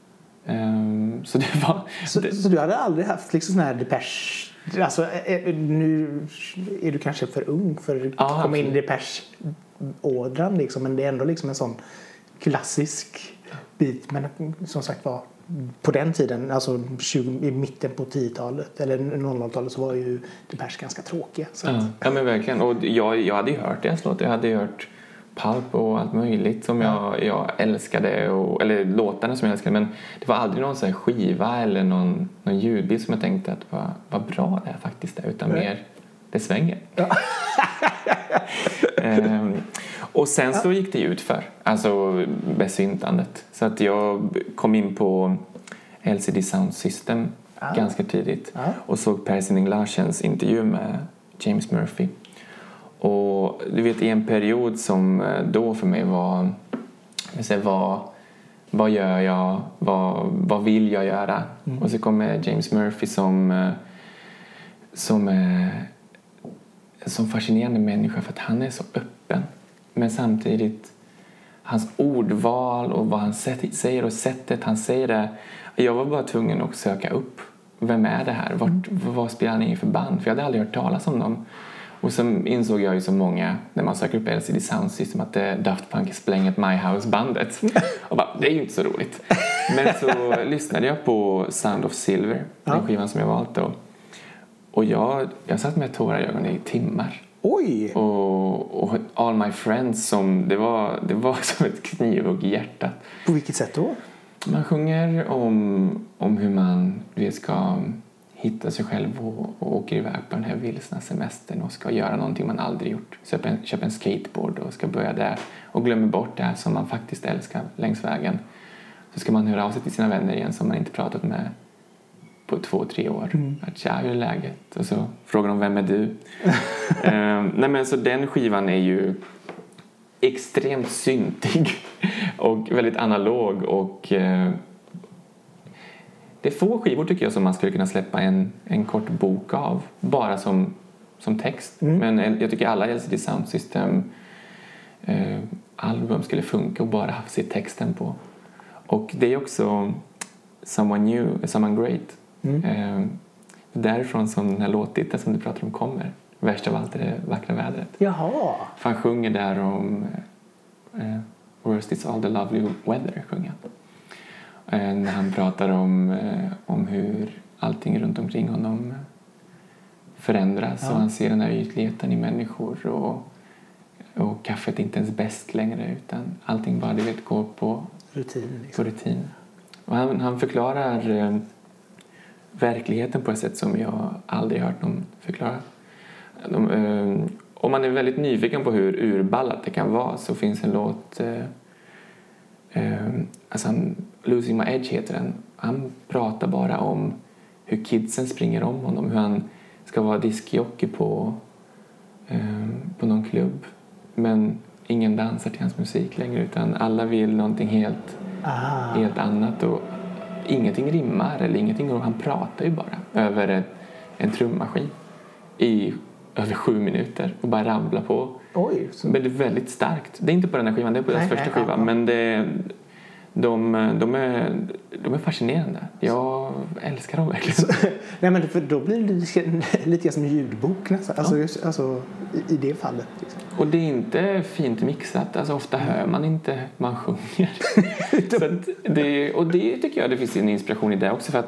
Speaker 2: Um, så det var...
Speaker 1: Så,
Speaker 2: det...
Speaker 1: så du hade aldrig haft liksom sån här Depeche... Alltså nu är du kanske för ung för att ja, komma in i Depeche-ådran liksom, men det är ändå liksom en sån klassisk bit, men som sagt var på den tiden, alltså tjugo, i mitten på tiotalet eller noll noll-talet så var ju Depeche ganska tråkiga. Så
Speaker 2: ja.
Speaker 1: Att...
Speaker 2: ja men verkligen, och jag, jag hade ju hört deras låt, jag hade ju hört Pulp och allt möjligt som jag, jag älskade, och, eller låtarna som jag älskade, men det var aldrig någon så här skiva eller någon, någon ljudbild som jag tänkte att vad, vad bra det är faktiskt är, utan mer det svänger. Ja. um, och sen ja. så gick det ut för alltså besyntandet, så att jag kom in på L C D Sound System ja. ganska tidigt ja. och såg Per Sinding-Larsens intervju med James Murphy. Och du vet, i en period som då för mig var, jag säger, vad, vad gör jag, vad, vad vill jag göra? Mm. Och så kommer James Murphy som som som fascinerande människa, för att han är så öppen, men samtidigt hans ordval och vad han säger och sättet han säger det. Jag var bara tvungen att söka upp, vem är det här? Vart, vad spelar han in för band? För jag hade aldrig hört talas om dem. Och så insåg jag ju så många, när man söker upp L C D Sound System, att det är Daft Punk Spläng at My House-bandet. Och bara, det är ju inte så roligt. Men så lyssnade jag på Sound of Silver, den ja. skivan som jag valt då. Och jag, jag satt med tårar i ögonen i timmar.
Speaker 1: Oj!
Speaker 2: Och, och All My Friends, som, det, var, det var som ett knivhugg i hjärtat.
Speaker 1: På vilket sätt då?
Speaker 2: Man sjunger om, om hur man vi ska hitta sig själv och, och åker iväg på den här vilsna semestern och ska göra någonting man aldrig gjort. Köpa en, köpa en skateboard och ska börja där och glömmer bort det här som man faktiskt älskar längs vägen. Så ska man höra av sig till sina vänner igen som man inte pratat med på två, tre år. Mm. Att tja, hur är läget? Och så frågar de, vem är du? uh, nej men så den skivan är ju extremt syntig och väldigt analog, och uh, det är få skivor tycker jag som man skulle kunna släppa en, en kort bok av, bara som, som text. Mm. Men jag tycker alla L C D Sound System uh, album skulle funka och bara se texten på. Och det är också Someone New, Someone Great. Mm. Uh, därifrån som den här låttiteln som du pratar om kommer. Värst av allt är det vackra vädret.
Speaker 1: Jaha.
Speaker 2: För han sjunger där om uh, Worst is all the lovely weather, sjunger han. Uh, när han pratar om, uh, om hur allting runt omkring honom förändras. Ja. Och han ser den här ytligheten i människor, och, och kaffet är inte ens bäst längre, utan allting bara, du vet, går på
Speaker 1: rutin. Liksom.
Speaker 2: På rutin. Och han, han förklarar uh, verkligheten på ett sätt som jag aldrig hört någon förklara. de, eh, om man är väldigt nyfiken på hur urballat det kan vara så finns en låt, eh, eh, alltså Losing My Edge heter den. Han pratar bara om hur kidsen springer om honom, hur han ska vara diskjockey på, eh, på någon klubb. Men ingen dansar till hans musik längre utan alla vill någonting helt, helt annat och ingenting rimmar eller ingenting och han pratar ju bara över en, en trummaskin i över sju minuter och bara ramlar på.
Speaker 1: Oj. Så.
Speaker 2: Men det är väldigt starkt. Det är inte på den här skivan, det är på deras första skiva. Ja. Men det, de, de, är, de är fascinerande. Jag älskar dem verkligen.
Speaker 1: Så, nej men för då blir det lite som en ljudbok nästan. Alltså,
Speaker 2: ja.
Speaker 1: just, alltså i, i det fallet. Liksom.
Speaker 2: Och det är inte fint mixat. Alltså ofta mm. hör man inte man sjunger. Så att det, och det tycker jag det finns en inspiration i det också för att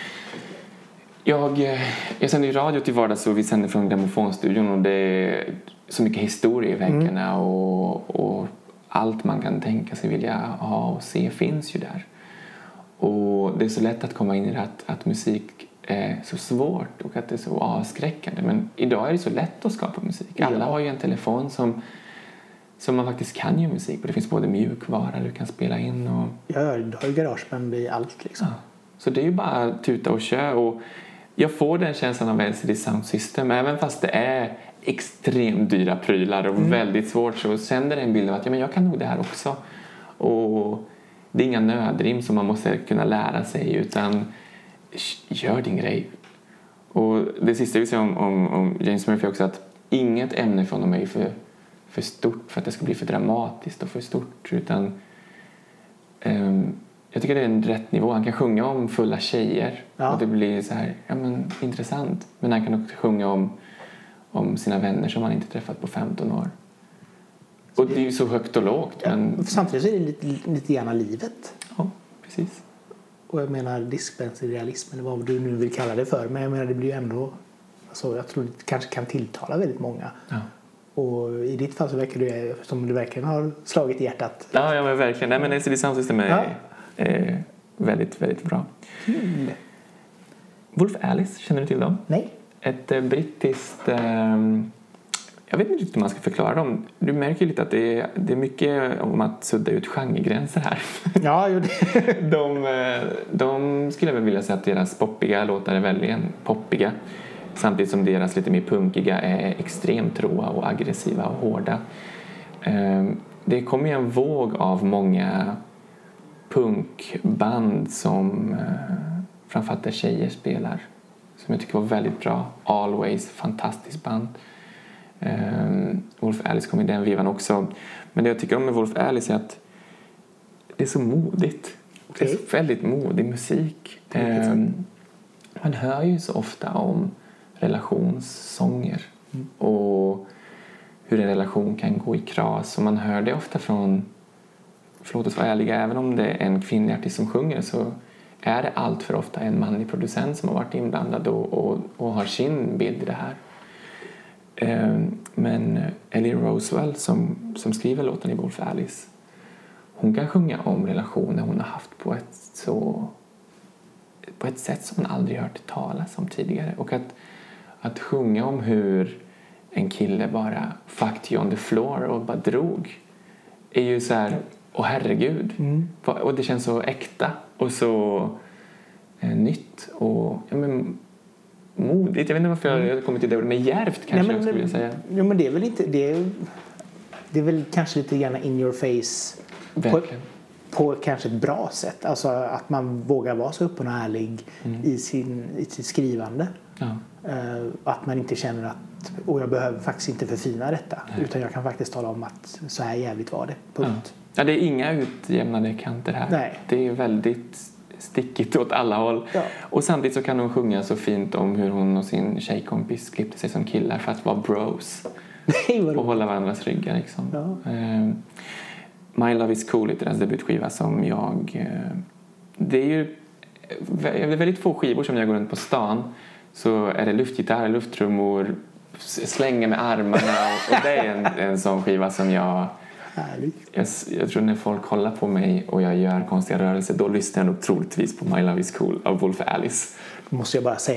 Speaker 2: Jag, jag sänder ju radio till vardags och vi sänder från Grammofonstudion och det är så mycket historia i väggarna mm. och, och allt man kan tänka sig vilja ha och se finns ju där. Och det är så lätt att komma in i det att, att musik är så svårt och att det är så avskräckande. Men idag är det så lätt att skapa musik. Alla har ju en telefon som, som man faktiskt kan göra musik på. Det finns både mjukvara du kan spela in och...
Speaker 1: Ja, du har ju garageband i allt liksom.
Speaker 2: Ja. Så det är ju bara tuta och kö och jag får den känslan av L C D Sound System även fast det är extremt dyra prylar och mm. väldigt svårt så sänder det en bild av att ja, men jag kan nog det här också. Och det är inga nödrim som man måste kunna lära sig utan gör din grej. Och det sista vi säger om, om, om James Murphy också att inget ämne från honom är för, för stort för att det ska bli för dramatiskt och för stort utan um, jag tycker det är en rätt nivå. Han kan sjunga om fulla tjejer. Ja. Och det blir så här, ja men intressant. Men han kan också sjunga om, om sina vänner som han inte träffat på femton år. Och det är ju så högt och lågt.
Speaker 1: Ja,
Speaker 2: men...
Speaker 1: Samtidigt så är det lite, lite grann livet.
Speaker 2: Ja, precis.
Speaker 1: Och jag menar diskbensrealism eller vad du nu vill kalla det för. Men jag menar det blir ju ändå, alltså, jag tror det kanske kan tilltala väldigt många. Ja. Och i ditt fall så verkar det som du verkligen har slagit i hjärtat.
Speaker 2: Ja, ja men verkligen. Nej men L C D Sound System är... Ja. Eh, väldigt, väldigt bra.
Speaker 1: Mm.
Speaker 2: Wolf Alice, känner du till dem?
Speaker 1: Nej.
Speaker 2: Ett eh, brittiskt... Eh, jag vet inte riktigt hur man ska förklara dem. Du märker ju lite att det är, det är mycket om att sudda ut genregränser här.
Speaker 1: Ja, jo det.
Speaker 2: de, de skulle jag väl vilja säga att deras poppiga låtar är väldigt poppiga. Samtidigt som deras lite mer punkiga är extremt råa och aggressiva och hårda. Eh, det kommer ju en våg av många... punkband som eh, framförallt där tjejer spelar som jag tycker var väldigt bra. Always, fantastiskt band. Eh, Wolf Alice kom i den vivan också. Men det jag tycker om med Wolf Alice är att det är så modigt. Okay. Det är så väldigt modig musik. Eh, man hör ju så ofta om relationssånger mm. och hur en relation kan gå i kras och man hör det ofta från förlåt oss vara ärliga, även om det är en kvinnlig artist som sjunger så är det allt för ofta en manlig producent som har varit inblandad och, och, och har sin bild i det här. Men Ellie Roswell som, som skriver låten i Wolf Alice hon kan sjunga om relationer hon har haft på ett, så, på ett sätt som hon aldrig hört talas om tidigare. Och att, att sjunga om hur en kille bara fucked you on the floor och bara drog är ju så här... Och herregud. Mm. Och det känns så äkta och så eh, nytt och ja, men, modigt. Jag vet inte varför mm. jag har kommit till det. Men djärvt kanske. Nej, men, jag skulle vilja säga.
Speaker 1: Ja, men det är väl inte... Det är, det är väl kanske lite grann in your face. På, på kanske ett bra sätt. Alltså att man vågar vara så öppen och ärlig mm. i, sin, i sitt skrivande. Ja. Uh, att man inte känner att och jag behöver faktiskt inte förfina detta. Nej. Utan jag kan faktiskt tala om att så här jävligt var det. Punkt.
Speaker 2: Ja. Ja, det är inga utjämnade kanter här.
Speaker 1: Nej.
Speaker 2: Det är väldigt stickigt åt alla håll. Ja. Och samtidigt så kan hon sjunga så fint om hur hon och sin tjejkompis klippte sig som killar för att vara bros. Nej, och hålla varandras ryggar liksom. Ja. Uh, My Love Is Cool är deras debutskiva som jag... Uh, det är ju det är väldigt få skivor som jag går runt på stan så är det luftgitarr, lufttrummor, slänga med armarna och, och det är en, en sån skiva som jag... Jag, jag tror när folk kollar på mig och jag gör konstiga rörelser då lyssnar jag nog troligtvis på My Love Is Cool av Wolf Alice.
Speaker 1: Måste jag bara säga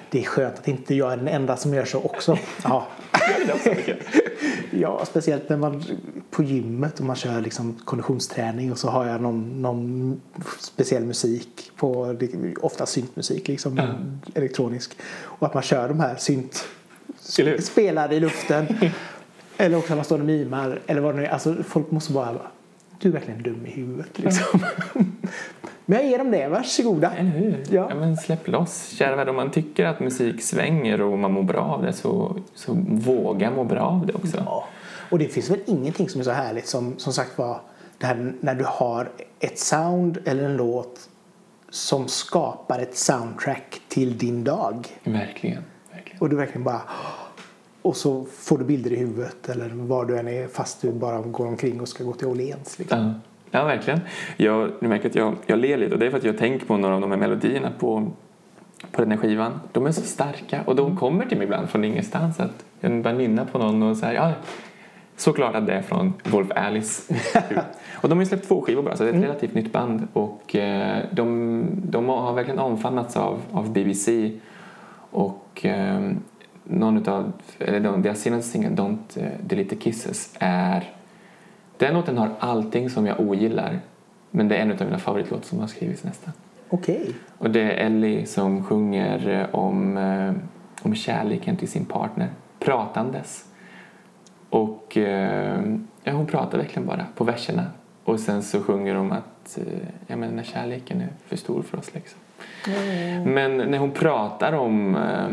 Speaker 1: det är skönt att inte jag är den enda som gör så också. Ja.
Speaker 2: Gör det också mycket?
Speaker 1: Ja, speciellt när man på gymmet och man kör liksom konditionsträning och så har jag någon, någon speciell musik på, ofta syntmusik liksom, mm. elektronisk, och att man kör de här synt spelar i luften eller också att man står och mimar eller vad det nu är. Alltså folk måste bara, du är verkligen dum i huvudet liksom. Men jag ger dem det, varsågoda.
Speaker 2: Eller hur? Ja. Ja, men släpp loss. Kära värld, om man tycker att musik svänger och man mår bra av det, så, så våga må bra av det också.
Speaker 1: Ja. Och det finns väl ingenting som är så härligt som, som sagt var, det här när du har ett sound eller en låt som skapar ett soundtrack till din dag.
Speaker 2: Verkligen. verkligen.
Speaker 1: Och du verkligen bara, och så får du bilder i huvudet eller var du än är, fast du bara går omkring och ska gå till Åhléns liksom.
Speaker 2: Ja. Ja, verkligen. Jag, du märker att jag, jag ler lite, och det är för att jag tänker på några av de här melodierna på, på den här skivan. De är så starka och de kommer till mig ibland från ingenstans, att jag bara nynnar på någon och säger, ja, såklart att det är från Wolf Alice. Och de har ju släppt två skivor bara, så det är ett relativt mm. nytt band, och eh, de, de har verkligen omfamnats av, av B B C, och eh, någon utav, eller de, deras senaste singel Don't uh, Delete the Kisses är, den låten har allting som jag ogillar, men det är en av mina favoritlåtar som har skrivits nästan.
Speaker 1: Okej. Okay.
Speaker 2: Och det är Ellie som sjunger om, eh, om kärleken till sin partner, pratandes. Och eh, ja, hon pratar verkligen bara på verserna. Och sen så sjunger de att eh, ja, men den här kärleken är för stor för oss liksom. Mm. Men när hon pratar om, eh,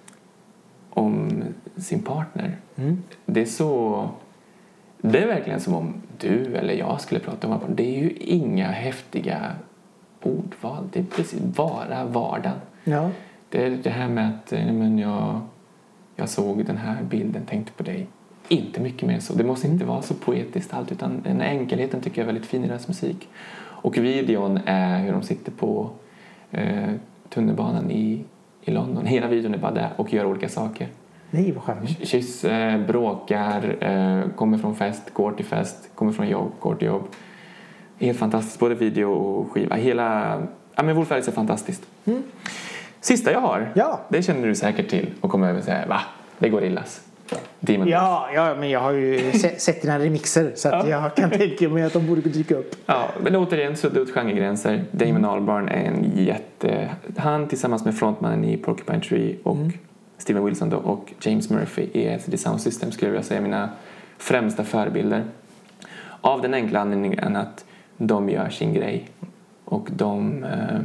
Speaker 2: om sin partner, mm. det är så... Det är verkligen som om du eller jag skulle prata om det. Det är ju inga häftiga ordval. Det är precis bara vardagen. Ja. Det är det här med att men jag, jag såg den här bilden, tänkte på dig. Inte mycket mer så. Det måste inte vara så poetiskt allt, utan den enkelheten tycker jag är väldigt fin i deras musik. Och videon är hur de sitter på eh, tunnelbanan i, i London. Hela videon är bara där och gör olika saker.
Speaker 1: Nej, vad skönt.
Speaker 2: Kyss, eh, bråkar, eh, kommer från fest, går till fest, kommer från jobb, går till jobb. Helt fantastiskt, både video och skiva. Hela, ja men Wolf Alice är fantastiskt. Mm. Sista jag har,
Speaker 1: ja.
Speaker 2: Det känner du säkert till och kommer över och säga, va? Det går illas. Demon
Speaker 1: ja, ja, men jag har ju sett dina remixer så att ja. Jag kan tänka mig att de borde dyka upp.
Speaker 2: Ja, men återigen sudda ut genregränser. Damon Albarn är en jätte... Han tillsammans med frontmannen i Porcupine Tree och mm. Steven Wilson då, och James Murphy i L C D Sound System skulle jag säga mina främsta förebilder. Av den enkla anledningen att de gör sin grej. Och de... Eh,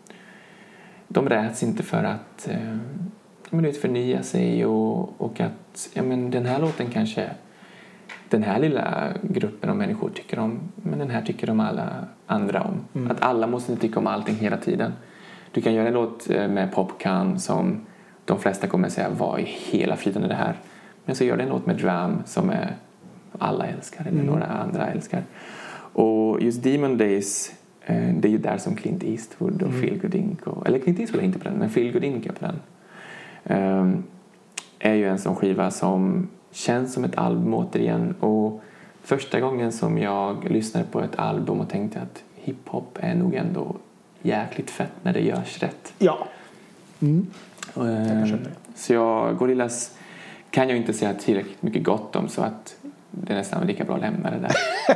Speaker 2: de räds inte för att... Eh, men det förnya sig och, och att ja, men den här låten kanske den här lilla gruppen av människor tycker om, men den här tycker de alla andra om. Mm. Att alla måste inte tycka om allting hela tiden. Du kan göra en låt med Popcorn som de flesta kommer säga, vad i hela friden är det här? Men så gör det en låt med Drum som är alla älskar eller mm. några andra älskar. Och just Demon Days, det är ju där som Clint Eastwood och mm. Phil Good Inc. Och, eller Clint Eastwood är inte på den, men Phil Good Inc. är på den. Um, är ju en sån skiva som känns som ett album återigen, och första gången som jag lyssnade på ett album och tänkte att hiphop är nog ändå jäkligt fett när det görs rätt.
Speaker 1: Ja. Mm.
Speaker 2: Um, jag så jag Gorillaz kan jag inte säga tillräckligt mycket gott om, så att det är nästan lika bra att lämna det där.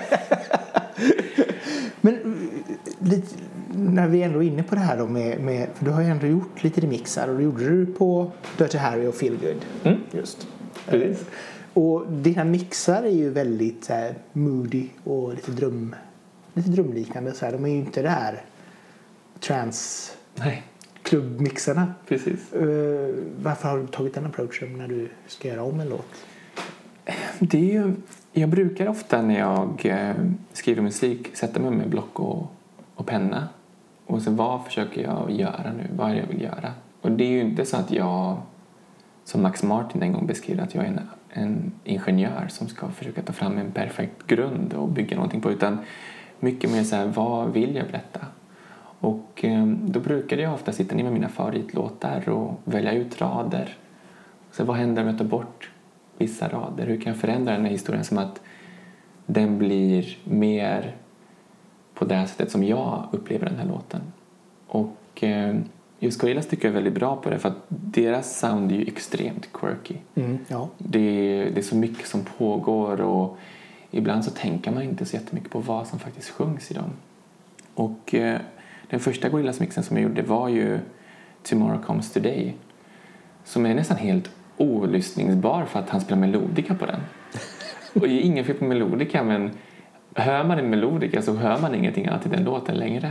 Speaker 1: Men lite, när vi ändå är inne på det här då med, med, för du har ju ändå gjort lite remixar, och det gjorde du på Dirty Harry och Feel Good.
Speaker 2: Mm.
Speaker 1: Just.
Speaker 2: Precis.
Speaker 1: Och dina mixar är ju väldigt så här, moody och lite dröm, lite drömliknande så här. De är ju inte det här trans
Speaker 2: Nej.
Speaker 1: klubbmixarna.
Speaker 2: Precis.
Speaker 1: Uh, varför har du tagit den approachen när du ska göra om en låt?
Speaker 2: Det är ju, jag brukar ofta när jag eh, skriver musik sätta mig med block och, och penna. Och så vad försöker jag göra nu? Vad är det jag vill göra? Och det är ju inte så att jag, som Max Martin en gång beskrev, att jag är en, en ingenjör som ska försöka ta fram en perfekt grund och bygga någonting på. Utan mycket mer så här, vad vill jag berätta? Och eh, då brukade jag ofta sitta ner med mina favoritlåtar och välja ut rader. Så vad händer om jag tar bort vissa rader? Hur kan jag förändra den här historien som att den blir mer på det här sättet som jag upplever den här låten? Och eh, just Gorillaz tycker jag är väldigt bra på det, för att deras sound är ju extremt quirky.
Speaker 1: Mm, ja.
Speaker 2: det, det är så mycket som pågår och ibland så tänker man inte så jättemycket på vad som faktiskt sjungs i dem. Och eh, den första Gorillaz-mixen som jag gjorde var ju Tomorrow Comes Today, som är nästan helt olyssningsbar för att han spelar melodika på den. Och det är ingen fel på melodika, men hör man en melodika så hör man ingenting annat i den låten längre.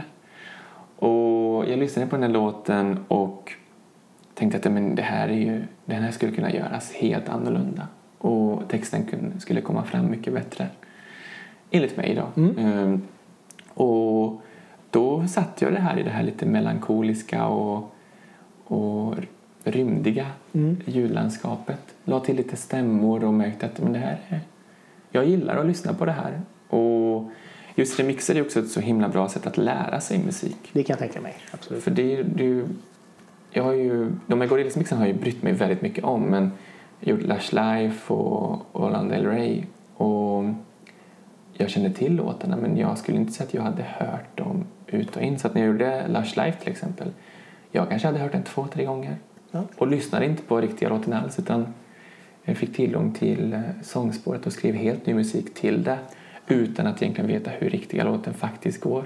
Speaker 2: Och jag lyssnade på den här låten och tänkte att men det här är ju, den här skulle kunna göras helt annorlunda. Och texten kunde, skulle komma fram mycket bättre. Enligt mig då.
Speaker 1: Mm.
Speaker 2: Um, och då satt jag det här i det här lite melankoliska och, och rymdiga mm. ljudlandskapet. La till lite stämmor och märkte att men det här är, jag gillar att lyssna på det här. Och just remixer är också ett så himla bra sätt att lära sig musik.
Speaker 1: Det kan jag tänka mig, absolut.
Speaker 2: För det, det jag har ju, de här Gorillaz-mixen har jag ju brytt mig väldigt mycket om, men jag har gjort Lush Life och, och Lana Del Rey, och jag kände till låtarna, men jag skulle inte säga att jag hade hört dem ut och in. Så att när jag gjorde Lush Life till exempel, jag kanske hade hört den två, tre gånger ja. Och lyssnade inte på riktiga låten alls, utan jag fick tillgång till sångspåret och skrev helt ny musik till det utan att egentligen veta hur riktiga låten faktiskt går.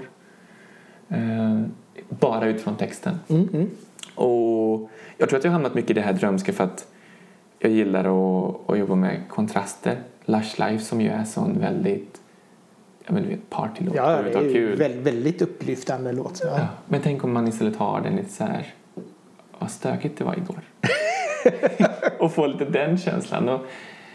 Speaker 2: Uh, bara utifrån texten.
Speaker 1: Mm, mm.
Speaker 2: Och jag tror att jag har hamnat mycket i det här drömska för att jag gillar att, att jobba med kontraster. Lush Life som ju är sån väldigt, jag vill vet, partylåt.
Speaker 1: Ja, det är ju väldigt, väldigt upplyftande låt. Ja.
Speaker 2: Ja, men tänk om man istället har den lite så här, vad stökigt det var igår. Och få lite den känslan. Och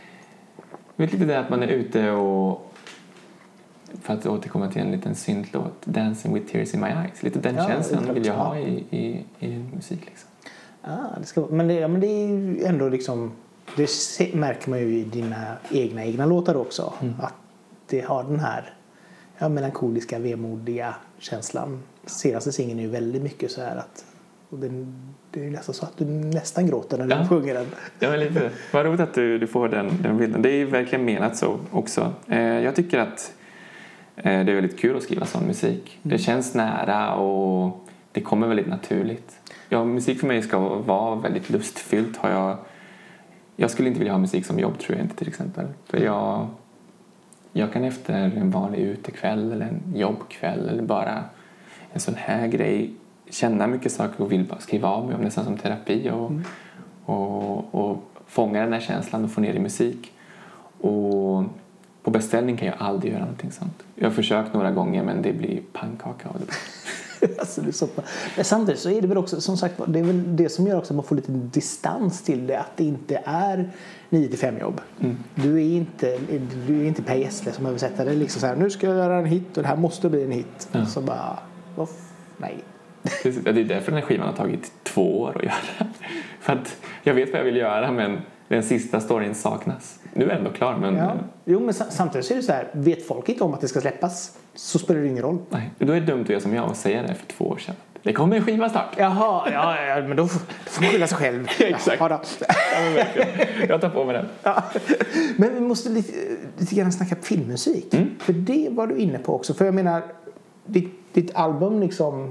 Speaker 2: vet lite det att man är ute och, för att återkomma till en liten syntlåt, Dancing with Tears in My Eyes. Lite den ja, känslan vill jag ha i, i, i musik liksom.
Speaker 1: Ah, det ska, men, det, ja, men det är ju ändå liksom, det märker man ju i dina egna egna låtar också. Mm. Att det har den här ja, melankoliska, vemodiga känslan. Senaste singeln är ju väldigt mycket så här att och den, det är nästan så att du nästan gråter när du
Speaker 2: ja.
Speaker 1: sjunger den.
Speaker 2: Ja, men lite. Vad roligt att du, du får den, den bilden. Det är ju verkligen menat så också. Eh, jag tycker att eh, det är väldigt kul att skriva sån musik. Mm. Det känns nära och det kommer väldigt naturligt. Ja, musik för mig ska vara väldigt lustfyllt. Har jag, jag skulle inte vilja ha musik som jobb, tror jag inte till exempel. För jag, jag kan efter en vanlig utekväll eller en jobbkväll eller bara en sån här grej känna mycket saker och vill bara skriva av mig om, nästan som terapi och, mm. och, och fånga den här känslan och få ner i musik. Och på beställning kan jag aldrig göra någonting sånt. Jag har försökt några gånger, men det blir pannkaka av det.
Speaker 1: Alltså, det är så. Men samtidigt så är det väl också, som sagt, det är väl det som gör också att man får lite distans till det, att det inte är nio till fem jobb. Mm. Du är inte du är inte Per Gessle som översätter det liksom så här, nu ska jag göra en hit och det här måste bli en hit. Ja. Så bara, off, nej.
Speaker 2: Det är därför den här skivan har tagit två år att göra. För att jag vet vad jag vill göra, men den sista storyn saknas. Nu är den ändå klar, men...
Speaker 1: Ja. Jo, men samtidigt så är det så här, vet folk inte om att det ska släppas, så spelar det ingen roll.
Speaker 2: Nej, då är det dumt att jag som jag att säga det för två år sedan. Det kommer en skiva snart.
Speaker 1: Jaha, ja, ja men då, då får man skylla sig själv.
Speaker 2: Exakt. Ja, ja, jag tar på mig den. Ja.
Speaker 1: Men vi måste lite, lite grann snacka filmmusik. Mm. För det var du inne på också. För jag menar, ditt, ditt album liksom...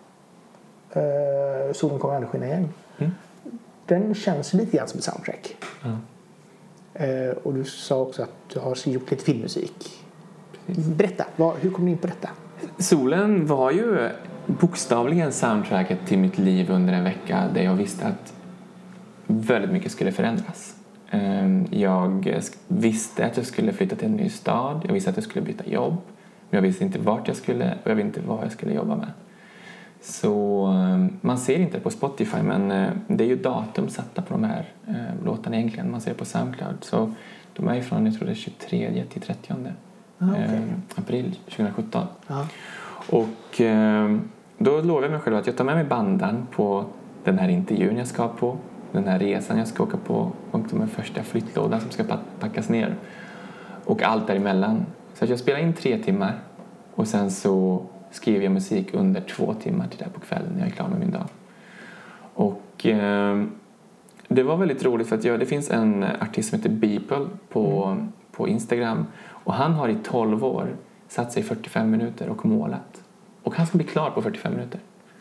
Speaker 1: Uh, Solen kommer aldrig skina igen. Mm. Den känns lite grann som ett soundtrack. Mm. Uh, och du sa också att du har gjort lite filmmusik. Precis. Berätta, vad, hur kom du in på detta?
Speaker 2: Solen var ju bokstavligen soundtracket till mitt liv under en vecka där jag visste att väldigt mycket skulle förändras. Uh, jag visste att jag skulle flytta till en ny stad. Jag visste att jag skulle byta jobb. Men jag visste inte vart jag skulle och jag visste inte vad jag skulle jobba med. Så man ser inte på Spotify, men det är ju datum satta på de här eh, låtarna egentligen. Man ser på SoundCloud. Så de är från, jag tror det är tjugotredje till trettionde ah, okay. eh, april tjugosjutton. Ah. Och eh, då lovar jag mig själv att jag tar med mig bandan på den här intervjun jag ska på. Den här resan jag ska åka på. Och de här första flyttlådan som ska packas ner. Och allt däremellan. Så att jag spelar in tre timmar. Och sen så skriver jag musik under två timmar till där på kvällen när jag är klar med min dag. Och eh, det var väldigt roligt för att jag, det finns en artist som heter Beeple på, mm. på Instagram. Och han har i tolv år satt sig fyrtiofem minuter och målat. Och han ska bli klar på fyrtiofem minuter.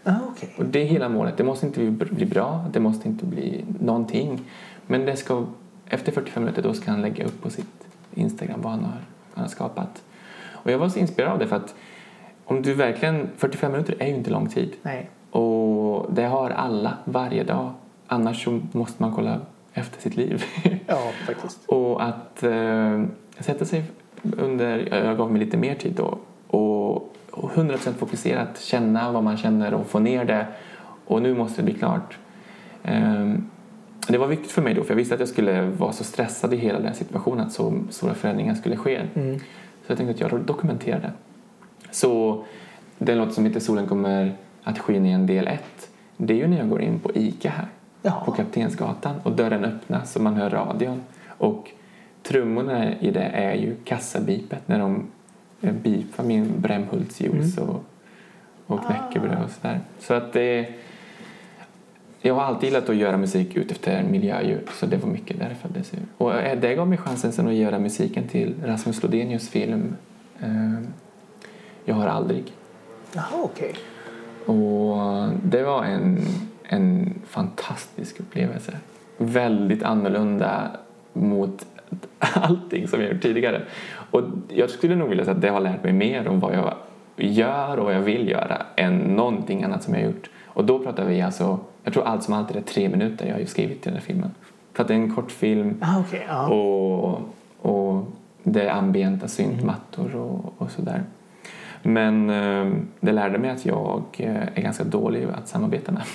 Speaker 1: Ah, okay.
Speaker 2: Och det är hela målet. Det måste inte bli bra, det måste inte bli någonting. Men det ska, efter fyrtiofem minuter då ska han lägga upp på sitt Instagram vad han har, han har skapat. Och jag var så inspirerad av det för att om du verkligen, fyrtiofem minuter är ju inte lång tid.
Speaker 1: Nej.
Speaker 2: Och det har alla varje dag. Annars så måste man kolla efter sitt liv.
Speaker 1: Ja, faktiskt.
Speaker 2: Och att eh, sätta sig under, jag gav mig lite mer tid då. Och, och hundra procent fokuserat, känna vad man känner och få ner det. Och nu måste det bli klart. Eh, det var viktigt för mig då, för jag visste att jag skulle vara så stressad i hela den här situationen att så stora förändringar skulle ske.
Speaker 1: Mm.
Speaker 2: Så jag tänkte att jag dokumenterade. Så den låt som heter Solen kommer att skina i en del ett. Det är ju när jag går in på ICA här.
Speaker 1: Ja.
Speaker 2: På Kaptensgatan. Och dörren öppnas och man hör radion. Och trummorna i det är ju kassabipet. När de bipar min Brämhultsjuice mm. och, och knäckebröd och sådär. Så att det... Jag har alltid gillat att göra musik ut efter miljöljud. Så det var mycket därför det ser ut. Och det gav mig chansen sen att göra musiken till Rasmus Lodenius film Jag har aldrig.
Speaker 1: Jaha, okej.
Speaker 2: Okay. Och det var en, en fantastisk upplevelse. Väldigt annorlunda mot allting som jag gjort tidigare. Och jag skulle nog vilja säga att det har lärt mig mer om vad jag gör och vad jag vill göra än någonting annat som jag gjort. Och då pratar vi alltså, jag tror allt som allt är det tre minuter jag har ju skrivit till den här filmen. För att det är en kort film
Speaker 1: ah, okay, ja.
Speaker 2: och, och det är ambienta syntmattor och, och sådär. Men eh, det lärde mig att jag är ganska dålig att samarbeta med.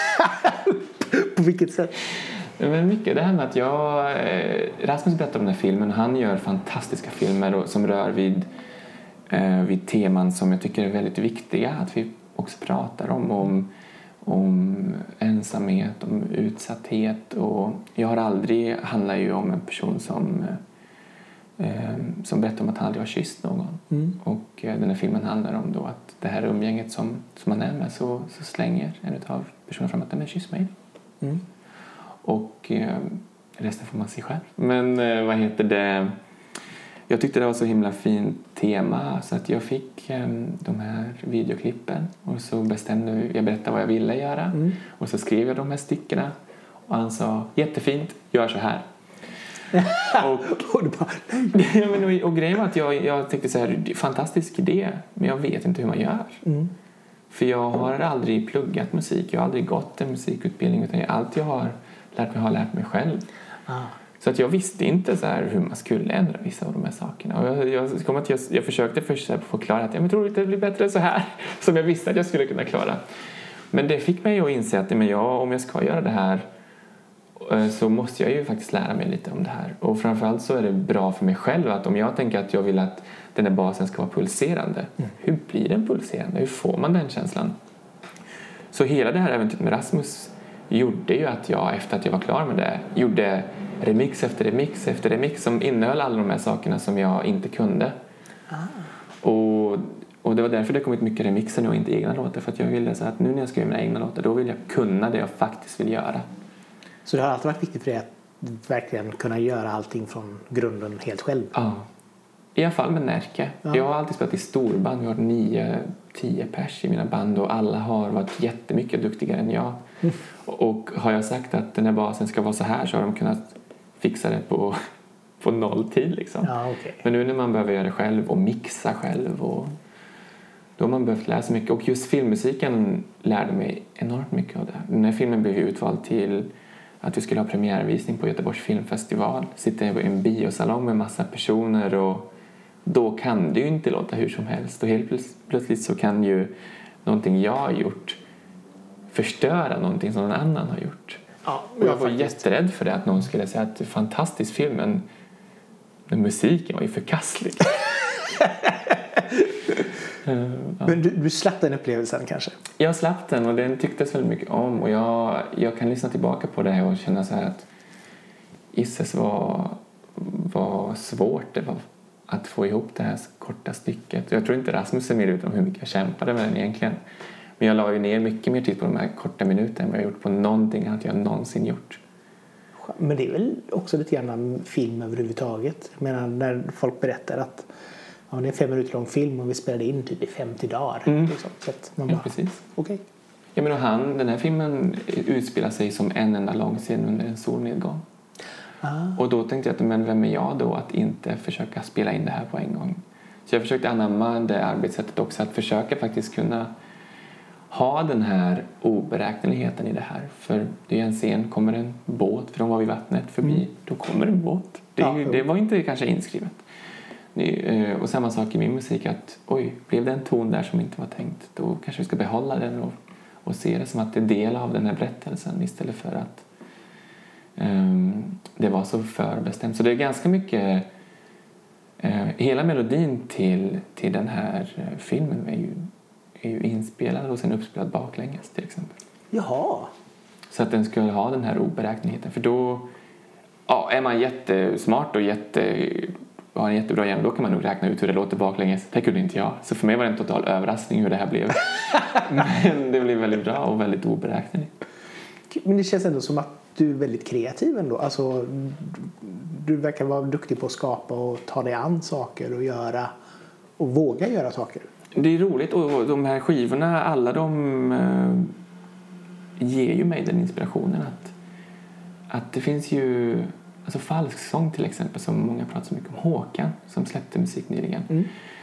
Speaker 1: På vilket sätt?
Speaker 2: Men mycket det här med att jag... Eh, Rasmus berättar om den här filmen. Han gör fantastiska filmer och, som rör vid, eh, vid teman som jag tycker är väldigt viktiga. Att vi också pratar om, om, om ensamhet, om utsatthet. Och jag har aldrig... handlar ju om en person som... Eh, som berättar om att han aldrig har kysst någon. Mm. Och eh, den här filmen handlar om då att det här umgänget som, som man är med så, så slänger en av personerna fram att den är kyss mig. Mm. Och eh, resten får man se själv. Men eh, vad heter det? Jag tyckte det var så himla fint tema så att jag fick eh, de här videoklippen och så bestämde jag berättade vad jag ville göra. Mm. Och så skrev jag de här styckena och han sa jättefint, gör så här. och,
Speaker 1: och, bara,
Speaker 2: ja, men, och, och grejen var att jag, jag tänkte så här, fantastisk idé, men jag vet inte hur man gör. Mm. För jag har aldrig pluggat musik, jag har aldrig gått en musikutbildning, utan jag, allt jag har lärt mig har lärt mig själv. Ah. Så att jag visste inte så här hur man skulle ändra vissa av de här sakerna. Och jag, jag, kom att jag, jag försökte först att förklara att jag tror att det blir bättre så här, som jag visste att jag skulle kunna klara. Men det fick mig att inse att men jag, om jag ska göra det här så måste jag ju faktiskt lära mig lite om det här. Och framförallt så är det bra för mig själv att om jag tänker att jag vill att den här basen ska vara pulserande. Mm. Hur blir den pulserande? Hur får man den känslan? Så hela det här äventyret med Rasmus gjorde ju att jag efter att jag var klar med det gjorde remix efter remix efter remix som innehöll alla de här sakerna som jag inte kunde. Ah. Och, och det var därför det kommit mycket remixer nu och inte egna låtar. För att jag ville så att nu när jag skriver mina egna låtar då vill jag kunna det jag faktiskt vill göra.
Speaker 1: Så det har alltid varit viktigt för dig att verkligen kunna göra allting från grunden helt själv?
Speaker 2: Ja, i alla fall med Närke. Ja. Jag har alltid spelat i storband. Vi har nio, tio pers i mina band och alla har varit jättemycket duktigare än jag. Mm. Och har jag sagt att den här basen ska vara så här så har de kunnat fixa det på, på noll tid liksom.
Speaker 1: Ja, okay.
Speaker 2: Men nu när man behöver göra det själv och mixa själv och då har man behövt lära sig mycket. Och just filmmusiken lärde mig enormt mycket av det. Den här filmen blev utvald till att vi skulle ha premiärvisning på Göteborgs filmfestival. Sitta i en biosalong med massa personer och då kan det ju inte låta hur som helst. Och helt plötsligt så kan ju någonting jag har gjort förstöra någonting som någon annan har gjort.
Speaker 1: Ja,
Speaker 2: och jag var faktiskt jätterädd för det, att någon skulle säga att det är en fantastisk film men, men musiken var ju förkastlig.
Speaker 1: Uh, ja. Men du, du slapp den upplevelsen kanske?
Speaker 2: Jag slapp den och den tycktes väldigt mycket om. Och jag, jag kan lyssna tillbaka på det och känna så här att Isses var, var svårt det var att få ihop det här korta stycket. Jag tror inte Rasmus är mer ut om hur mycket jag kämpade med den egentligen. Men jag la ju ner mycket mer tid på de här korta minuterna än vad jag gjort på någonting annat jag någonsin gjort.
Speaker 1: Men det är väl också lite grann en film överhuvudtaget. Jag menar när folk berättar att ja, det är en fem minuter lång film och vi spelade in typ i femtio dagar.
Speaker 2: Mm.
Speaker 1: Liksom. Så att man
Speaker 2: ja,
Speaker 1: bara,
Speaker 2: precis.
Speaker 1: Okej.
Speaker 2: Jag menar, han, den här filmen utspelar sig som en enda lång scen under en solnedgång. Ah. Och då tänkte jag att, men vem är jag då att inte försöka spela in det här på en gång? Så jag försökte anamma det arbetssättet också, att försöka faktiskt kunna ha den här oberäkneligheten i det här. För det är en scen, kommer en båt, för de var vid vattnet förbi, mm. då kommer en båt. Det, ja, det var inte kanske inskrivet. Och samma sak i min musik, att oj, blev det en ton där som inte var tänkt, då kanske vi ska behålla den och, och se det som att det är del av den här berättelsen istället för att um, det var så förbestämt. Så det är ganska mycket uh, hela melodin till, till den här uh, filmen är ju, är ju inspelad och sen uppspelad baklänges till exempel.
Speaker 1: Jaha.
Speaker 2: Så att den skulle ha den här oberäkneligheten, för då ja, är man jättesmart och jätte och har en jättebra hjärna, då kan man nog räkna ut hur det låter baklänges. Det kunde inte jag. Så för mig var det en total överraskning hur det här blev. Men det blev väldigt bra och väldigt oberäkneligt.
Speaker 1: Men det känns ändå som att du är väldigt kreativ ändå. Alltså, du verkar vara duktig på att skapa och ta dig an saker och göra och våga göra saker.
Speaker 2: Det är roligt, och de här skivorna, alla de äh, ger ju mig den inspirationen att, att det finns ju... Alltså falsksång till exempel, som många pratar så mycket om, Håkan som släppte musik nyligen. Mm.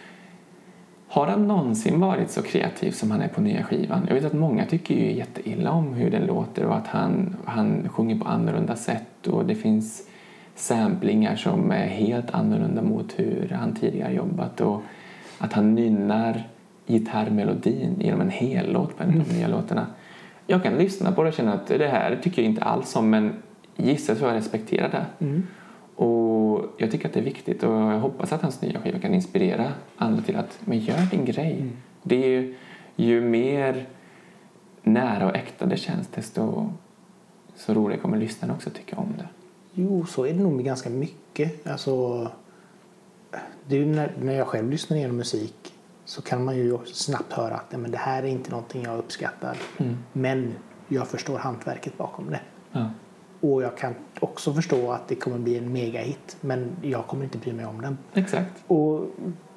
Speaker 2: Har han någonsin varit så kreativ som han är på nya skivan? Jag vet att många tycker ju jätteilla om hur den låter och att han, han sjunger på annorlunda sätt och det finns samplingar som är helt annorlunda mot hur han tidigare jobbat och att han nynnar gitarrmelodin genom en hel låt på en av de nya låtarna. Jag kan lyssna på det och känna att det här tycker jag inte alls om, men gissar så jag respekterar det. Mm. Och jag tycker att det är viktigt och jag hoppas att hans nya skiva kan inspirera andra till att, men gör din grej. Mm. Det är ju, ju mer nära och äkta det känns, desto så roligt kommer lyssnarna också tycka om det.
Speaker 1: Jo, så är det nog med ganska mycket. Alltså, det är ju när, när jag själv lyssnar igenom musik så kan man ju snabbt höra att men det här är inte någonting jag uppskattar. Mm. Men jag förstår hantverket bakom det. Ja. Och jag kan också förstå att det kommer bli en megahit. Men jag kommer inte bry mig om den.
Speaker 2: Exakt.
Speaker 1: Och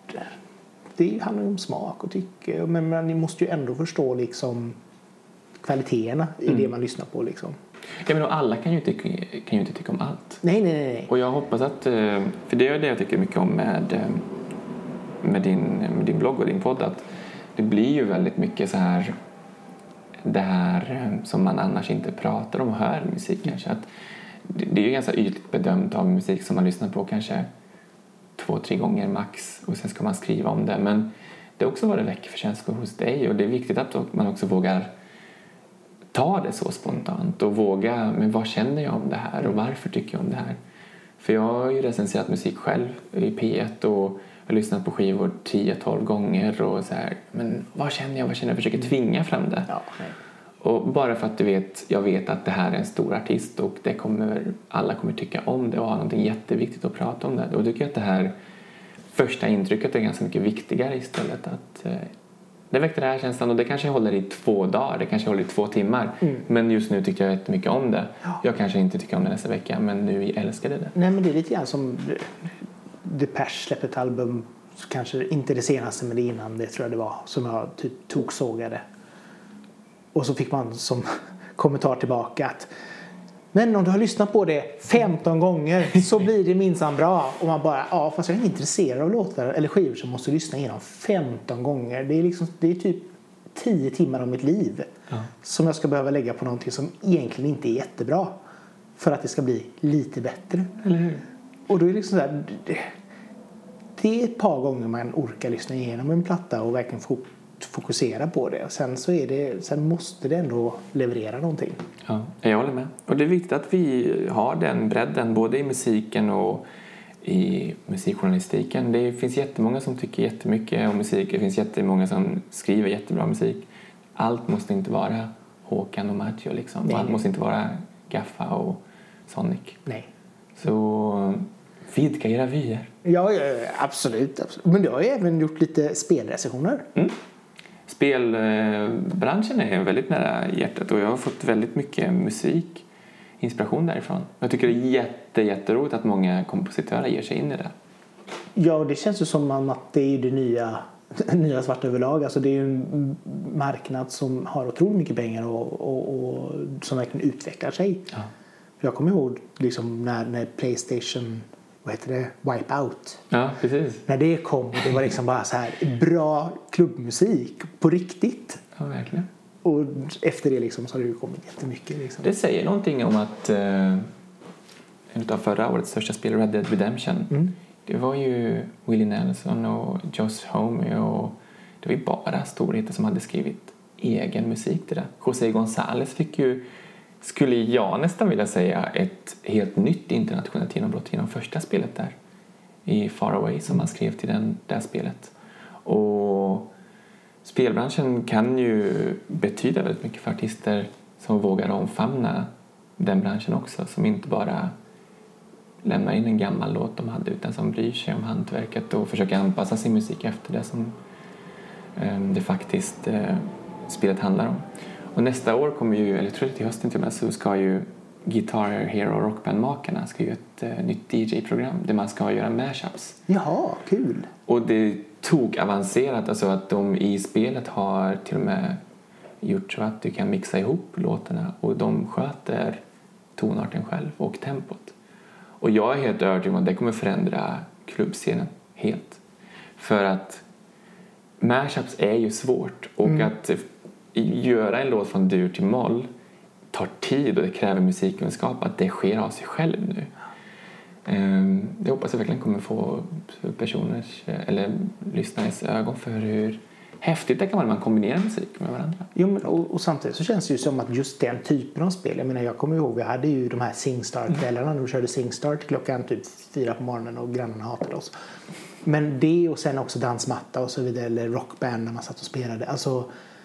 Speaker 1: det handlar om smak och tycke. Men man måste ju ändå förstå liksom kvaliteterna i mm. det man lyssnar på. Liksom.
Speaker 2: Ja, men alla kan ju, inte, kan ju inte tycka om allt.
Speaker 1: Nej, nej, nej.
Speaker 2: Och jag hoppas att... För det är det jag tycker mycket om med, med, din, med din blogg och din podd. Att det blir ju väldigt mycket så här... Det här som man annars inte pratar om och hör i musik kanske. Att det är ju ganska ytligt bedömt av musik som man lyssnar på kanske två, tre gånger max. Och sen ska man skriva om det. Men det är också vad det väcker för känslor hos dig. Och det är viktigt att man också vågar ta det så spontant. Och våga, men vad känner jag om det här? Och varför tycker jag om det här? För jag har ju recenserat musik själv i P ett. Och jag har lyssnat på skivor tio tolv gånger. Och så här, men vad känner jag? Vad känner jag? Jag försöker tvinga fram det.
Speaker 1: Ja,
Speaker 2: och bara för att du vet, jag vet att det här är en stor artist. Och det kommer, alla kommer tycka om det. Och ha någonting jätteviktigt att prata om det. Och då tycker jag att det här första intrycket är ganska mycket viktigare istället. Att... Det väckte det här känslan och det kanske håller i två dagar, det kanske håller i två timmar. Mm. Men just nu tyckte jag jättemycket om det. Ja. Jag kanske inte tycker om det nästa vecka, men nu älskade det.
Speaker 1: Nej, men det är lite grann som Depeche släppte ett album, kanske inte det senaste men det innan, det tror jag det var, som jag typ toksågade. Och så fick man som kommentar tillbaka att men om du har lyssnat på det femton gånger så blir det minsann bra. Och man bara, ja fast jag är inte intresserad av låtar eller skivor som måste lyssna igenom femton gånger. Det är, liksom, det är typ tio timmar av mitt liv ja. Som jag ska behöva lägga på någonting som egentligen inte är jättebra. För att det ska bli lite bättre.
Speaker 2: Eller hur?
Speaker 1: Och då är det liksom där, det, det är ett par gånger man orkar lyssna igenom en platta och verkligen få fokusera på det. Sen så är det, sen måste det ändå leverera någonting.
Speaker 2: Ja, jag håller med. Och det är viktigt att vi har den bredden både i musiken och i musikjournalistiken. Det finns jättemånga som tycker jättemycket om musik. Det finns jättemånga som skriver jättebra musik. Allt måste inte vara Håkan och Maggio liksom. Nej, Allt nej. måste inte vara Gaffa och Sonic.
Speaker 1: Nej.
Speaker 2: Så vidga era vyer.
Speaker 1: Ja, ja, absolut, absolut. Men du har ju även gjort lite spelrecensioner.
Speaker 2: Mm. Spelbranschen är väldigt nära hjärtat och jag har fått väldigt mycket musik, inspiration därifrån. Jag tycker det är jätte, jätteroligt att många kompositörer ger sig in i det.
Speaker 1: Ja, det känns ju som att det är det nya nya svarta överlag. Alltså det är ju en marknad som har otroligt mycket pengar och, och, och som verkligen utvecklar sig.
Speaker 2: Ja.
Speaker 1: Jag kommer ihåg liksom när, när PlayStation, vad heter det, Wipeout.
Speaker 2: Ja, precis.
Speaker 1: När det kom och det var liksom bara så här bra klubbmusik på riktigt.
Speaker 2: Ja, verkligen.
Speaker 1: Och efter det liksom så har det ju kommit jättemycket. Liksom.
Speaker 2: Det säger någonting om att eh, en av förra årets största spel, Red Dead Redemption, mm. det var ju Willie Nelson och Josh Homme och det var ju bara storheter som hade skrivit egen musik till det. José González fick ju, skulle jag nästan vilja säga, ett helt nytt internationellt genombrott genom första spelet där i Far Away som han skrev till den, det här spelet. Och spelbranschen kan ju betyda väldigt mycket för artister som vågar omfamna den branschen också, som inte bara lämnar in en gammal låt de hade utan som bryr sig om hantverket och försöker anpassa sin musik efter det som eh, det faktiskt eh, spelet handlar om. Och nästa år kommer ju, eller jag tror det till hösten till och med, så ska ju Guitar Hero Rockband-makarna ska ju ett eh, nytt D J-program där man ska göra mashups.
Speaker 1: Jaha, kul!
Speaker 2: Och det tog avancerat, alltså att de i spelet har till och med gjort så att du kan mixa ihop låtarna och de sköter tonarten själv och tempot. Och jag är helt övertygad om att det kommer förändra klubbscenen helt. För att mashups är ju svårt och mm. att göra en låt från dur till moll tar tid och det kräver musikkunskap, att det sker av sig själv nu. Um, det hoppas jag verkligen kommer få personers eller lyssnares ögon för hur häftigt det kan vara när man kombinerar musik med varandra.
Speaker 1: Jo, men, och, och samtidigt så känns det ju som att just den typen av spel, jag menar jag kommer ihåg vi hade ju de här Singstar-kvällarna när vi körde Singstar till klockan typ fyra på morgonen och grannarna hatade oss. Men det och sen också dansmatta och så vidare, eller rockband när man satt och spelade, alltså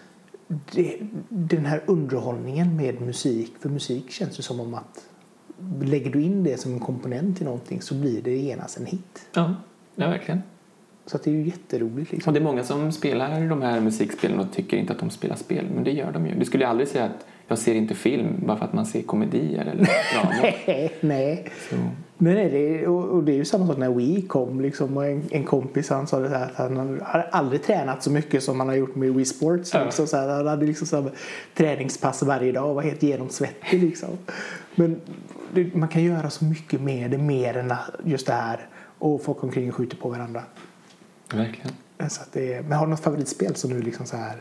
Speaker 1: det, den här underhållningen med musik, för musik känns det som om att lägger du in det som en komponent i någonting så blir det genast en hit.
Speaker 2: Ja, ja verkligen.
Speaker 1: Så att det är ju jätteroligt. Liksom.
Speaker 2: Och det är många som spelar de här musikspelen och tycker inte att de spelar spel, men det gör de ju. Du skulle aldrig säga att jag ser inte film bara för att man ser komedier eller drama.
Speaker 1: nej, nej.
Speaker 2: Så.
Speaker 1: Men nej, det, och, och det är ju samma sak när Wii kom. Liksom, och en, en kompis han sa det så här, att han hade aldrig tränat så mycket som han har gjort med Wii Sports.
Speaker 2: Ja.
Speaker 1: Liksom, så här, han hade liksom så här, träningspass varje dag och var helt genomsvettig. Liksom. Men det, man kan göra så mycket med det, mer än just det här. Och folk omkring och skjuter på varandra.
Speaker 2: Verkligen.
Speaker 1: Så att det, men har du något favoritspel som du liksom så här...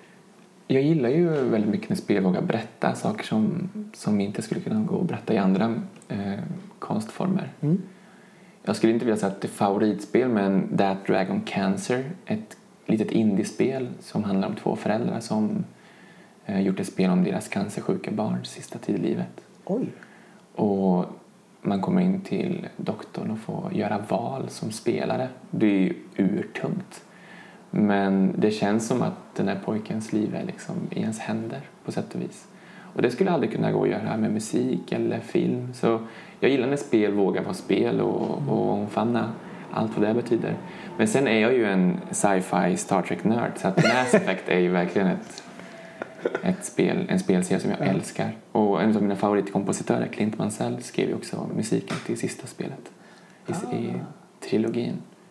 Speaker 2: Jag gillar ju väldigt mycket när spel vågar berätta saker som, som inte skulle kunna gå att berätta i andra eh, konstformer. Mm. Jag skulle inte vilja säga att det är favoritspel, men That Dragon Cancer, ett litet indiespel som handlar om två föräldrar som eh, gjort ett spel om deras cancersjuka barns sista tid i livet.
Speaker 1: Oj.
Speaker 2: Och man kommer in till doktorn och får göra val som spelare. Det är ju urtungt. Men det känns som att den här pojkens liv är liksom i ens händer på sätt och vis. Och det skulle aldrig kunna gå att göra med musik eller film. Så jag gillar när spel vågar vara spel och, och omfamna allt vad det betyder. Men sen är jag ju en sci-fi Star Trek-nörd. Så att Mass Effect är ju verkligen ett, ett spel, en spelserie som jag mm. älskar. Och en av mina favoritkompositörer, Clint Mansell, skrev ju också musiken till sista spelet i, ah. i trilogin.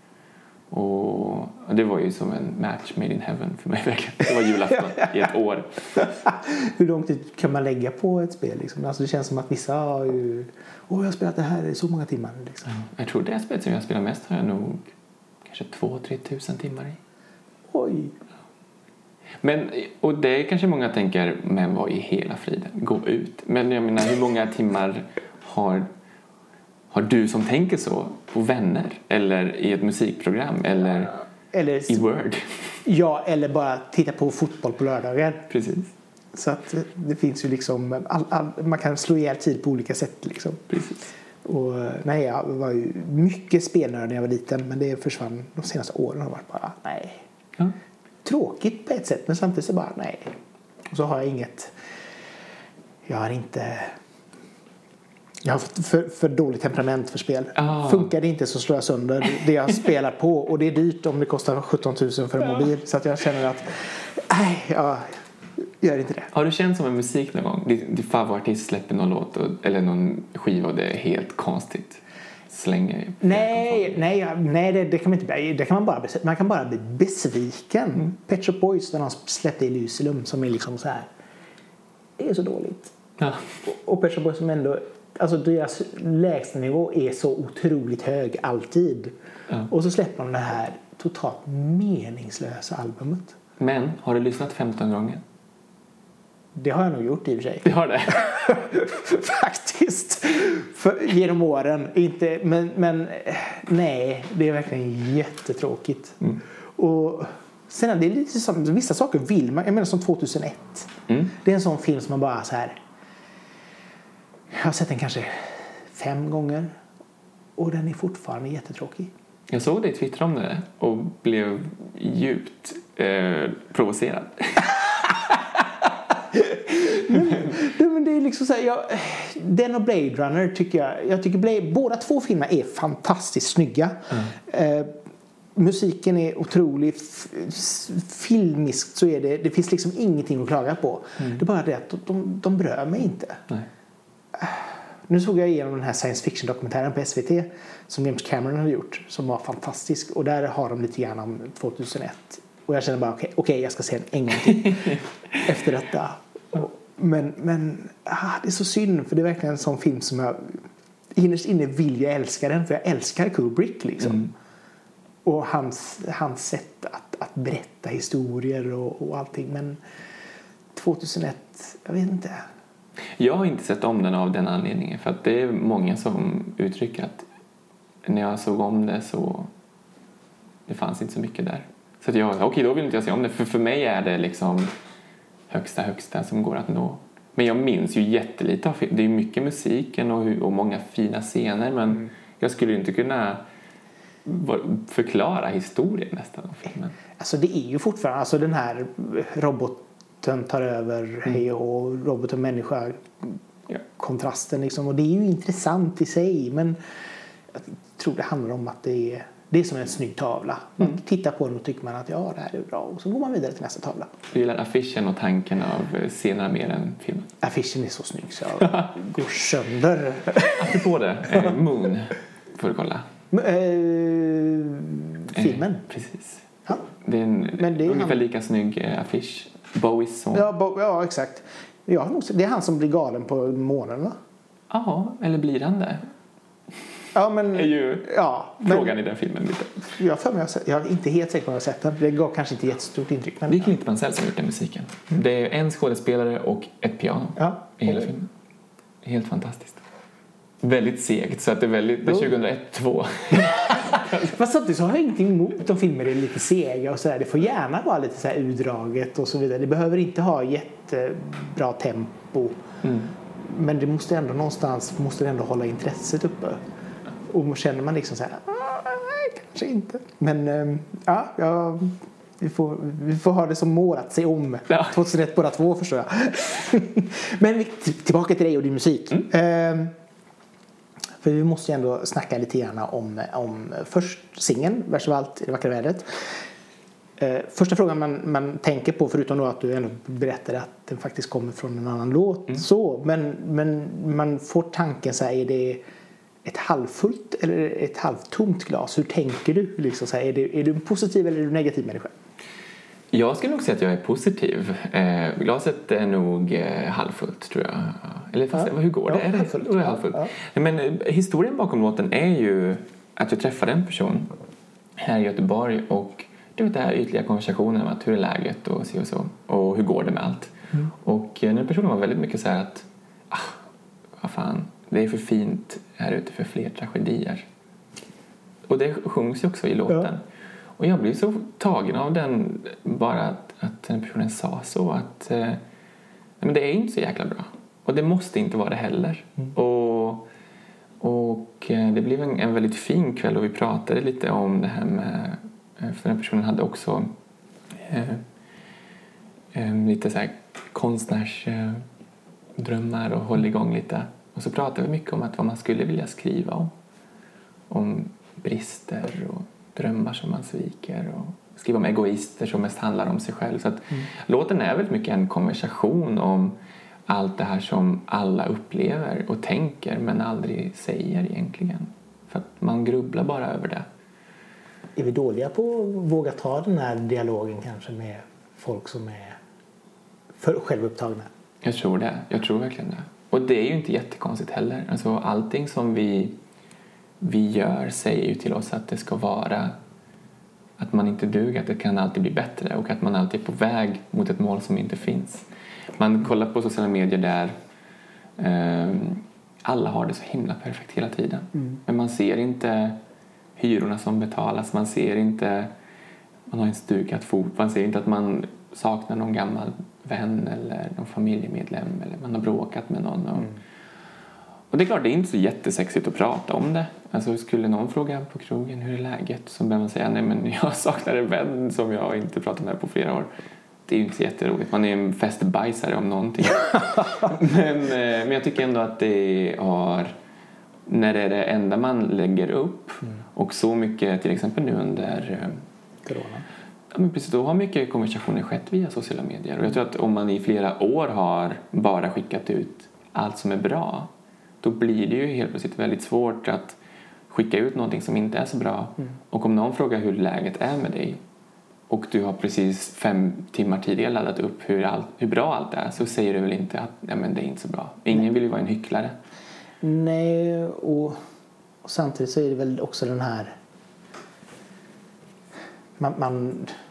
Speaker 2: Och det var ju som en match made in heaven för mig verkligen. Det var julafton i ett år.
Speaker 1: Hur lång tid kan man lägga på ett spel? Liksom? Alltså det känns som att vissa har ju... Åh, jag har spelat det här i så många timmar. Liksom.
Speaker 2: Jag tror det spelet som jag spelar mest har jag nog kanske två, tre tusen timmar i.
Speaker 1: Oj.
Speaker 2: Men, och det är kanske många tänker, men vad i hela friden? Gå ut. Men jag menar, hur många timmar har... Har du som tänker så på Vänner eller i ett musikprogram eller, eller i Word?
Speaker 1: Ja, eller bara titta på fotboll på lördagar.
Speaker 2: Precis.
Speaker 1: Så att det finns ju liksom, all, all, man kan slå ihjäl tid på olika sätt liksom.
Speaker 2: Precis.
Speaker 1: Och nej, jag var ju mycket spelnörd när jag var liten, men det försvann de senaste åren har varit bara, nej.
Speaker 2: Ja.
Speaker 1: Tråkigt på ett sätt, men samtidigt så bara, nej. Och så har jag inget, jag har inte... Jag har för, för dåligt temperament för spel. Ah. Funkar det inte så slår jag sönder det jag spelar på. Och det är dyrt om det kostar sjutton tusen för en mobil. Så att jag känner att nej, jag gör inte det.
Speaker 2: Har du känt som en musik någon gång? Din, din favoritartist släpper någon låt och, eller någon skiva och det är helt konstigt. slänger.
Speaker 1: Nej, nej, nej det, det kan man inte bli. Det kan man bara man kan bara bli besviken. Mm. Pet Shop Boys när de släppte Elysium som är liksom så här. Det är så dåligt.
Speaker 2: Ja.
Speaker 1: Och, och Pet Shop Boys som ändå alltså deras lägsta nivå är så otroligt hög alltid. Ja. Och så släpper de det här totalt meningslösa albumet.
Speaker 2: Men har du lyssnat femton gånger?
Speaker 1: Det har jag nog gjort i och för sig.
Speaker 2: Det har det?
Speaker 1: Faktiskt. För, genom åren. Inte, men, men nej, det är verkligen jättetråkigt. Mm. Och sen är det lite som, vissa saker vill man, jag menar som tvåtusenett. Mm. Det är en sån film som man bara så här. Jag har sett den kanske fem gånger. Och den är fortfarande jättetråkig.
Speaker 2: Jag såg dig twittra om det och blev djupt eh, provocerad.
Speaker 1: Nej, men det är liksom så här, jag, den och Blade Runner tycker jag, jag tycker Blade, båda två filmer är fantastiskt snygga. Mm. Eh, musiken är otrolig, f- filmiskt så är det, det finns liksom ingenting att klaga på. Mm. Det är bara det att de, de, de berör mig inte. Nej. Nu såg jag igenom den här science fiction dokumentären på S V T som James Cameron hade gjort som var fantastisk och där har de lite grann om tvåtusenett och jag känner bara okej, okay, okay, jag ska se den en gång till efter detta. Men, men ah, det är så synd för det är verkligen en sån film som jag innerst inne vill jag älska den för jag älskar Kubrick liksom. Mm. Och hans, hans sätt att, att berätta historier och, och allting men tvåtusenett, jag vet inte.
Speaker 2: Jag har inte sett om den av den anledningen för att det är många som uttrycker att när jag såg om det så det fanns inte så mycket där. Så att jag, okej okay, då vill inte jag se om det för för mig är det liksom högsta högsta som går att nå. Men jag minns ju jättelite av det är mycket musiken och, och många fina scener men mm. jag skulle inte kunna förklara historien nästan av filmen.
Speaker 1: Alltså det är ju fortfarande alltså den här robot tar över mm. hej och robot och människa ja. kontrasten liksom och det är ju intressant i sig men jag tror det handlar om att det är det är som en snygg tavla. Man mm. tittar på den och tycker man att ja det här är bra och så går man vidare till nästa tavla.
Speaker 2: Du gillar affischen och tanken av scenerna mer än filmen?
Speaker 1: Affischen är så snygg så jag går sönder.
Speaker 2: Apropå det, eh, Moon får du kolla.
Speaker 1: M- eh, filmen?
Speaker 2: Eh, precis.
Speaker 1: Ja.
Speaker 2: Det är en
Speaker 1: Men det är
Speaker 2: ungefär
Speaker 1: han...
Speaker 2: lika snygg eh, affisch. Bowies son.
Speaker 1: Ja, Bo- ja, exakt. Ja, det är han som blir galen på månen, va?
Speaker 2: Ja, eller blir han det?
Speaker 1: Ja, men...
Speaker 2: är ju
Speaker 1: ja,
Speaker 2: frågan
Speaker 1: men,
Speaker 2: i den filmen lite.
Speaker 1: Jag, för mig, jag, sett, jag är inte helt säker på att jag har sett den. Det gav kanske inte jättestort intryck. Men...
Speaker 2: Det är Clint Mansell som har gjort den musiken. Mm. Det är en skådespelare och ett piano
Speaker 1: ja.
Speaker 2: i hela filmen. Helt fantastiskt. Väldigt segt, så att det är väldigt... Det är tjugohundraett två.
Speaker 1: Fast samtidigt så har jag ingenting emot om filmer är lite sega och sådär. Det får gärna vara lite så här utdraget och så vidare. Det behöver inte ha jättebra tempo. Mm. Men det måste ändå någonstans måste det ändå hålla intresset uppe. Och känner man liksom så här, nej, kanske inte. Men ja, ja vi, får, vi får ha det som mål att se om. Ja. tvåtusenett båda två förstår jag. Men tillbaka till dig och din musik. Mm. Ehm, För vi måste ju ändå snacka lite grann om, om först singeln, Värst av allt i det vackra vädret. Eh, första frågan man, man tänker på, förutom då att du ändå berättade att den faktiskt kommer från en annan låt. Mm. Så, men, men man får tanken så här, är det ett halvfullt eller ett halvtomt glas? Hur tänker du? Liksom så här, är, det, är du en positiv eller är du en negativ människa?
Speaker 2: Jag skulle nog säga att jag är positiv. Eh, glaset är nog eh, halvfullt tror jag. Eller fast, ja. Hur går det? Ja, är det halvfullt? Ja, halvfullt? Ja. Ja. Men eh, historien bakom låten är ju att jag träffade en person här i Göteborg och du vet det här ytliga konversationen om att hur är läget och så och så och hur går det med allt. Mm. Och eh, den personen var väldigt mycket så här att ah, vad fan, det är för fint här ute för fler tragedier. Och det sjungs ju också i låten. Ja. Och jag blev så tagen av den bara att, att den personen sa så att eh, men det är inte så jäkla bra. Och det måste inte vara det heller. Mm. Och, och eh, det blev en, en väldigt fin kväll och vi pratade lite om det här med, för den personen hade också eh, eh, lite så här konstnärsdrömmar och höll igång lite. Och så pratade vi mycket om att vad man skulle vilja skriva om. Om brister och drömmar som man sviker och skriva om egoister som mest handlar om sig själv. Så att mm. låten är väldigt mycket en konversation om allt det här som alla upplever och tänker men aldrig säger egentligen. För att man grubblar bara över det.
Speaker 1: Är vi dåliga på att våga ta den här dialogen kanske med folk som är för självupptagna?
Speaker 2: Jag tror det. Jag tror verkligen det. Och det är ju inte jättekonstigt heller. Alltså allting som vi, vi gör säger ju till oss att det ska vara att man inte duger, att det kan alltid bli bättre och att man alltid är på väg mot ett mål som inte finns. Man kollar på sociala medier där eh, alla har det så himla perfekt hela tiden. Mm. Men man ser inte hyrorna som betalas, man ser inte man har en stukat fot, man ser inte att man saknar någon gammal vän eller någon familjemedlem eller man har bråkat med någon. Och, mm. och det är klart, det är inte så jättesexigt att prata om det. Alltså skulle någon fråga på krogen hur är läget, så börjar man säga nej men jag saknar en vän som jag inte pratat med på flera år. Det är ju inte så jätteroligt. Man är en festbajsare om någonting. men, men jag tycker ändå att det har, när det är det enda man lägger upp mm. och så mycket, till exempel nu under
Speaker 1: corona.
Speaker 2: Ja, men precis, då har mycket konversationer skett via sociala medier. Och jag tror att om man i flera år har bara skickat ut allt som är bra, då blir det ju helt plötsligt väldigt svårt att skicka ut någonting som inte är så bra. Mm. Och om någon frågar hur läget är med dig och du har precis fem timmar tidigare laddat upp hur, all, hur bra allt är, så säger du väl inte att ja, men det är inte så bra. Ingen Nej. vill ju vara en hycklare.
Speaker 1: Nej, och, och samtidigt så är det väl också den här man, man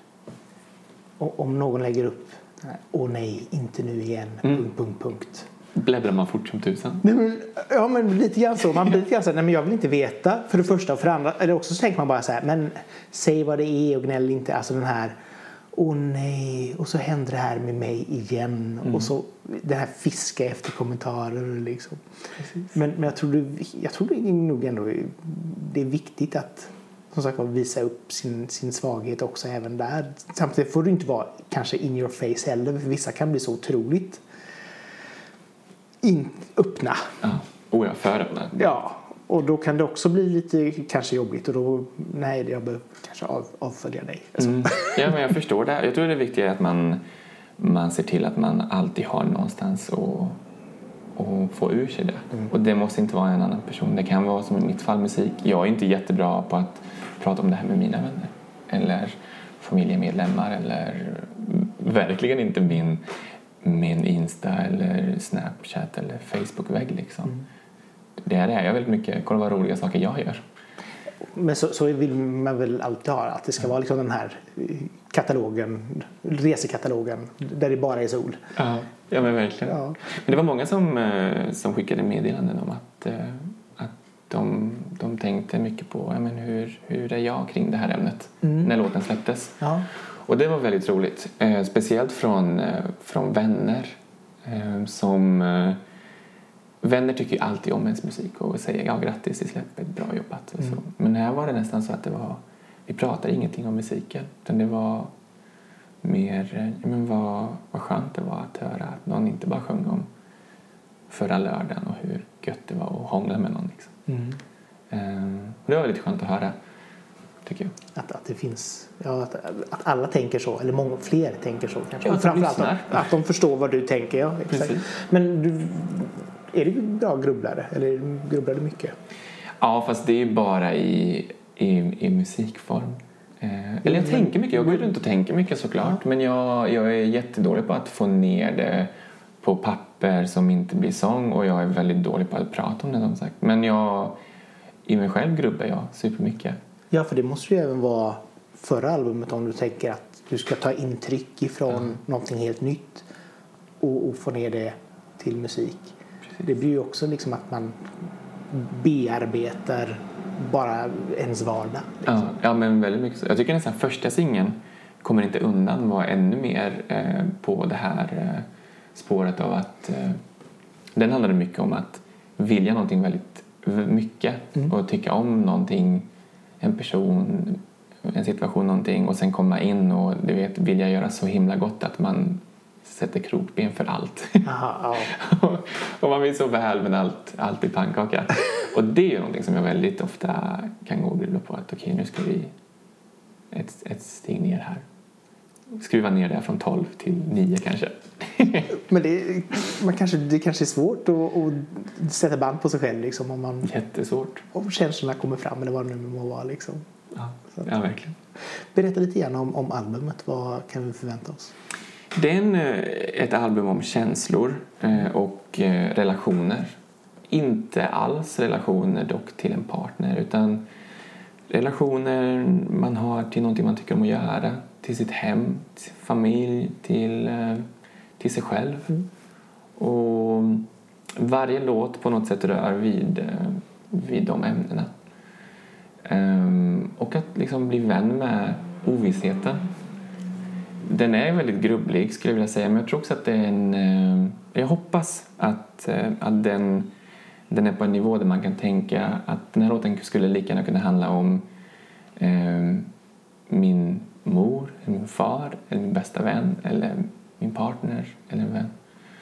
Speaker 1: om någon lägger upp åh nej, inte nu igen, mm. punkt, punkt, punkt.
Speaker 2: Bläddrar man fort som tusan.
Speaker 1: Nej, men, ja, men lite grann så. Man blir lite grann så här, nej men jag vill inte veta för det första och för det andra. Eller också så tänker man bara så här, men säg vad det är och gnäll inte. Alltså den här, åh nej, och så händer det här med mig igen. Mm. Och så den här fiska efter kommentarer liksom. Men, men jag tror det, jag tror det är nog ändå det är viktigt att som sagt visa upp sin, sin svaghet också även där. Samtidigt får du inte vara kanske in your face heller. För vissa kan bli så otroligt in, öppna.
Speaker 2: Ja, oh ja, för öppna.
Speaker 1: Ja, och då kan det också bli lite kanske jobbigt. Och då, nej, jag behöver kanske av, avfölja dig. Alltså.
Speaker 2: Mm. Ja, men jag förstår det. Jag tror det viktiga är att man, man ser till att man alltid har någonstans att och få ur sig det. Mm. Och det måste inte vara en annan person. Det kan vara som i mitt fall musik. Jag är inte jättebra på att prata om det här med mina vänner. Eller familjemedlemmar. Eller verkligen inte min, min Insta eller Snapchat eller Facebook-vägg liksom. Mm. Det är det. Jag väldigt mycket. Kolla vad roliga saker jag gör.
Speaker 1: Men så, så vill man väl alltid ha att det ska vara liksom den här katalogen, resekatalogen där det bara är sol.
Speaker 2: Ja, ja men verkligen. Ja. Men det var många som, som skickade meddelanden om att, att de, de tänkte mycket på ja, men hur, hur är jag kring det här ämnet mm. när låten släpptes. Ja. Och det var väldigt roligt. Eh, speciellt från, från vänner eh, som... Eh, Vänner tycker ju alltid om ens musik och säger ja grattis i släppet, bra jobbat och så. Mm. Men här var det nästan så att det var, vi pratade ingenting om musiken utan det var mer, ja, men vad, vad skönt det var att höra att någon inte bara sjöng om förra lördagen och hur gött det var att hångla med någon liksom. Mm. Um, och det var väldigt skönt att höra, tycker jag. Att,
Speaker 1: att det finns, ja, att, att alla tänker så, eller många fler tänker så kanske.
Speaker 2: Ja,
Speaker 1: och framförallt att, att de förstår vad du tänker, ja. Exakt. Men du... Är du bra grubblare? Eller grubblar du mycket?
Speaker 2: Ja, fast det är ju bara i, i, i musikform. Eh, eller jag mm. tänker mycket. Jag går runt och tänker mycket såklart. Ja. Men jag, jag är jättedålig på att få ner det på papper som inte blir sång. Och jag är väldigt dålig på att prata om det som sagt. Men jag, i mig själv grubblar jag supermycket.
Speaker 1: Ja, för det måste ju även vara förra albumet om du tänker att du ska ta intryck ifrån ja. någonting helt nytt. Och, och få ner det till musik. Det blir ju också liksom att man bearbetar bara ens vardag. Liksom.
Speaker 2: Ja, ja, men väldigt mycket så. Jag tycker nästan första singeln kommer inte undan var ännu mer eh, på det här eh, spåret av att eh, den handlade mycket om att vilja någonting väldigt mycket mm. och tycka om någonting, en person, en situation, någonting och sen komma in och du vet, vilja göra så himla gott att man sätter krokben för allt. Aha, ja. Och man vill så väl men allt, allt blir pannkaka. Och det är ju någonting som jag väldigt ofta kan gå och grubbla på. Att okej, okay, nu ska vi ett, ett steg ner här. skruva ner det från tolv till nio kanske.
Speaker 1: Men det, man kanske, det kanske är svårt att, att sätta band på sig själv liksom, om man...
Speaker 2: Jättesvårt.
Speaker 1: Om känslorna kommer fram eller vad det nu må vara liksom.
Speaker 2: Ja, ja verkligen.
Speaker 1: Berätta lite grann om, om albumet. Vad kan vi förvänta oss?
Speaker 2: Det är en, ett album om känslor och relationer. Inte alls relationer dock till en partner, utan relationer man har till någonting man tycker om att göra. Till sitt hem, till familj, till, till sig själv. Mm. Och varje låt på något sätt rör vid, vid de ämnena. Um, och att liksom bli vän med ovissheten. Den är väldigt grubblig skulle jag vilja säga, men jag tror också att det är en... Uh, jag hoppas att, uh, att den, den är på en nivå där man kan tänka att den här låten skulle lika gärna kunna handla om uh, min mor, eller min far, eller min bästa vän, eller min partner, eller en vän.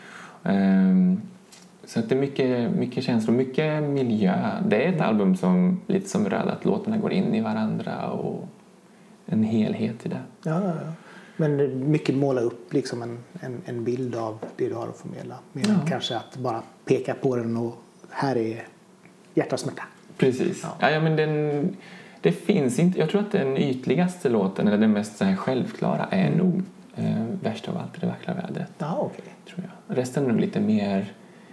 Speaker 2: Um, så att det är mycket, mycket känslor, mycket miljö. Det är ett album som lite som röd, att låtarna går in i varandra och en helhet i det.
Speaker 1: Ja, ja, ja. Men mycket måla upp liksom en, en, en bild av det du har att förmedla. Mer än ja. kanske att bara peka på den och här är hjärtasmärta.
Speaker 2: Precis. Ja. Ja, ja, men den, det finns inte, jag tror att den ytligaste låten, eller den mest så här självklara, är mm. nog eh, Värst av allt, det vackra vädret.
Speaker 1: Ja, okej.
Speaker 2: Tror jag. Resten är nog lite mer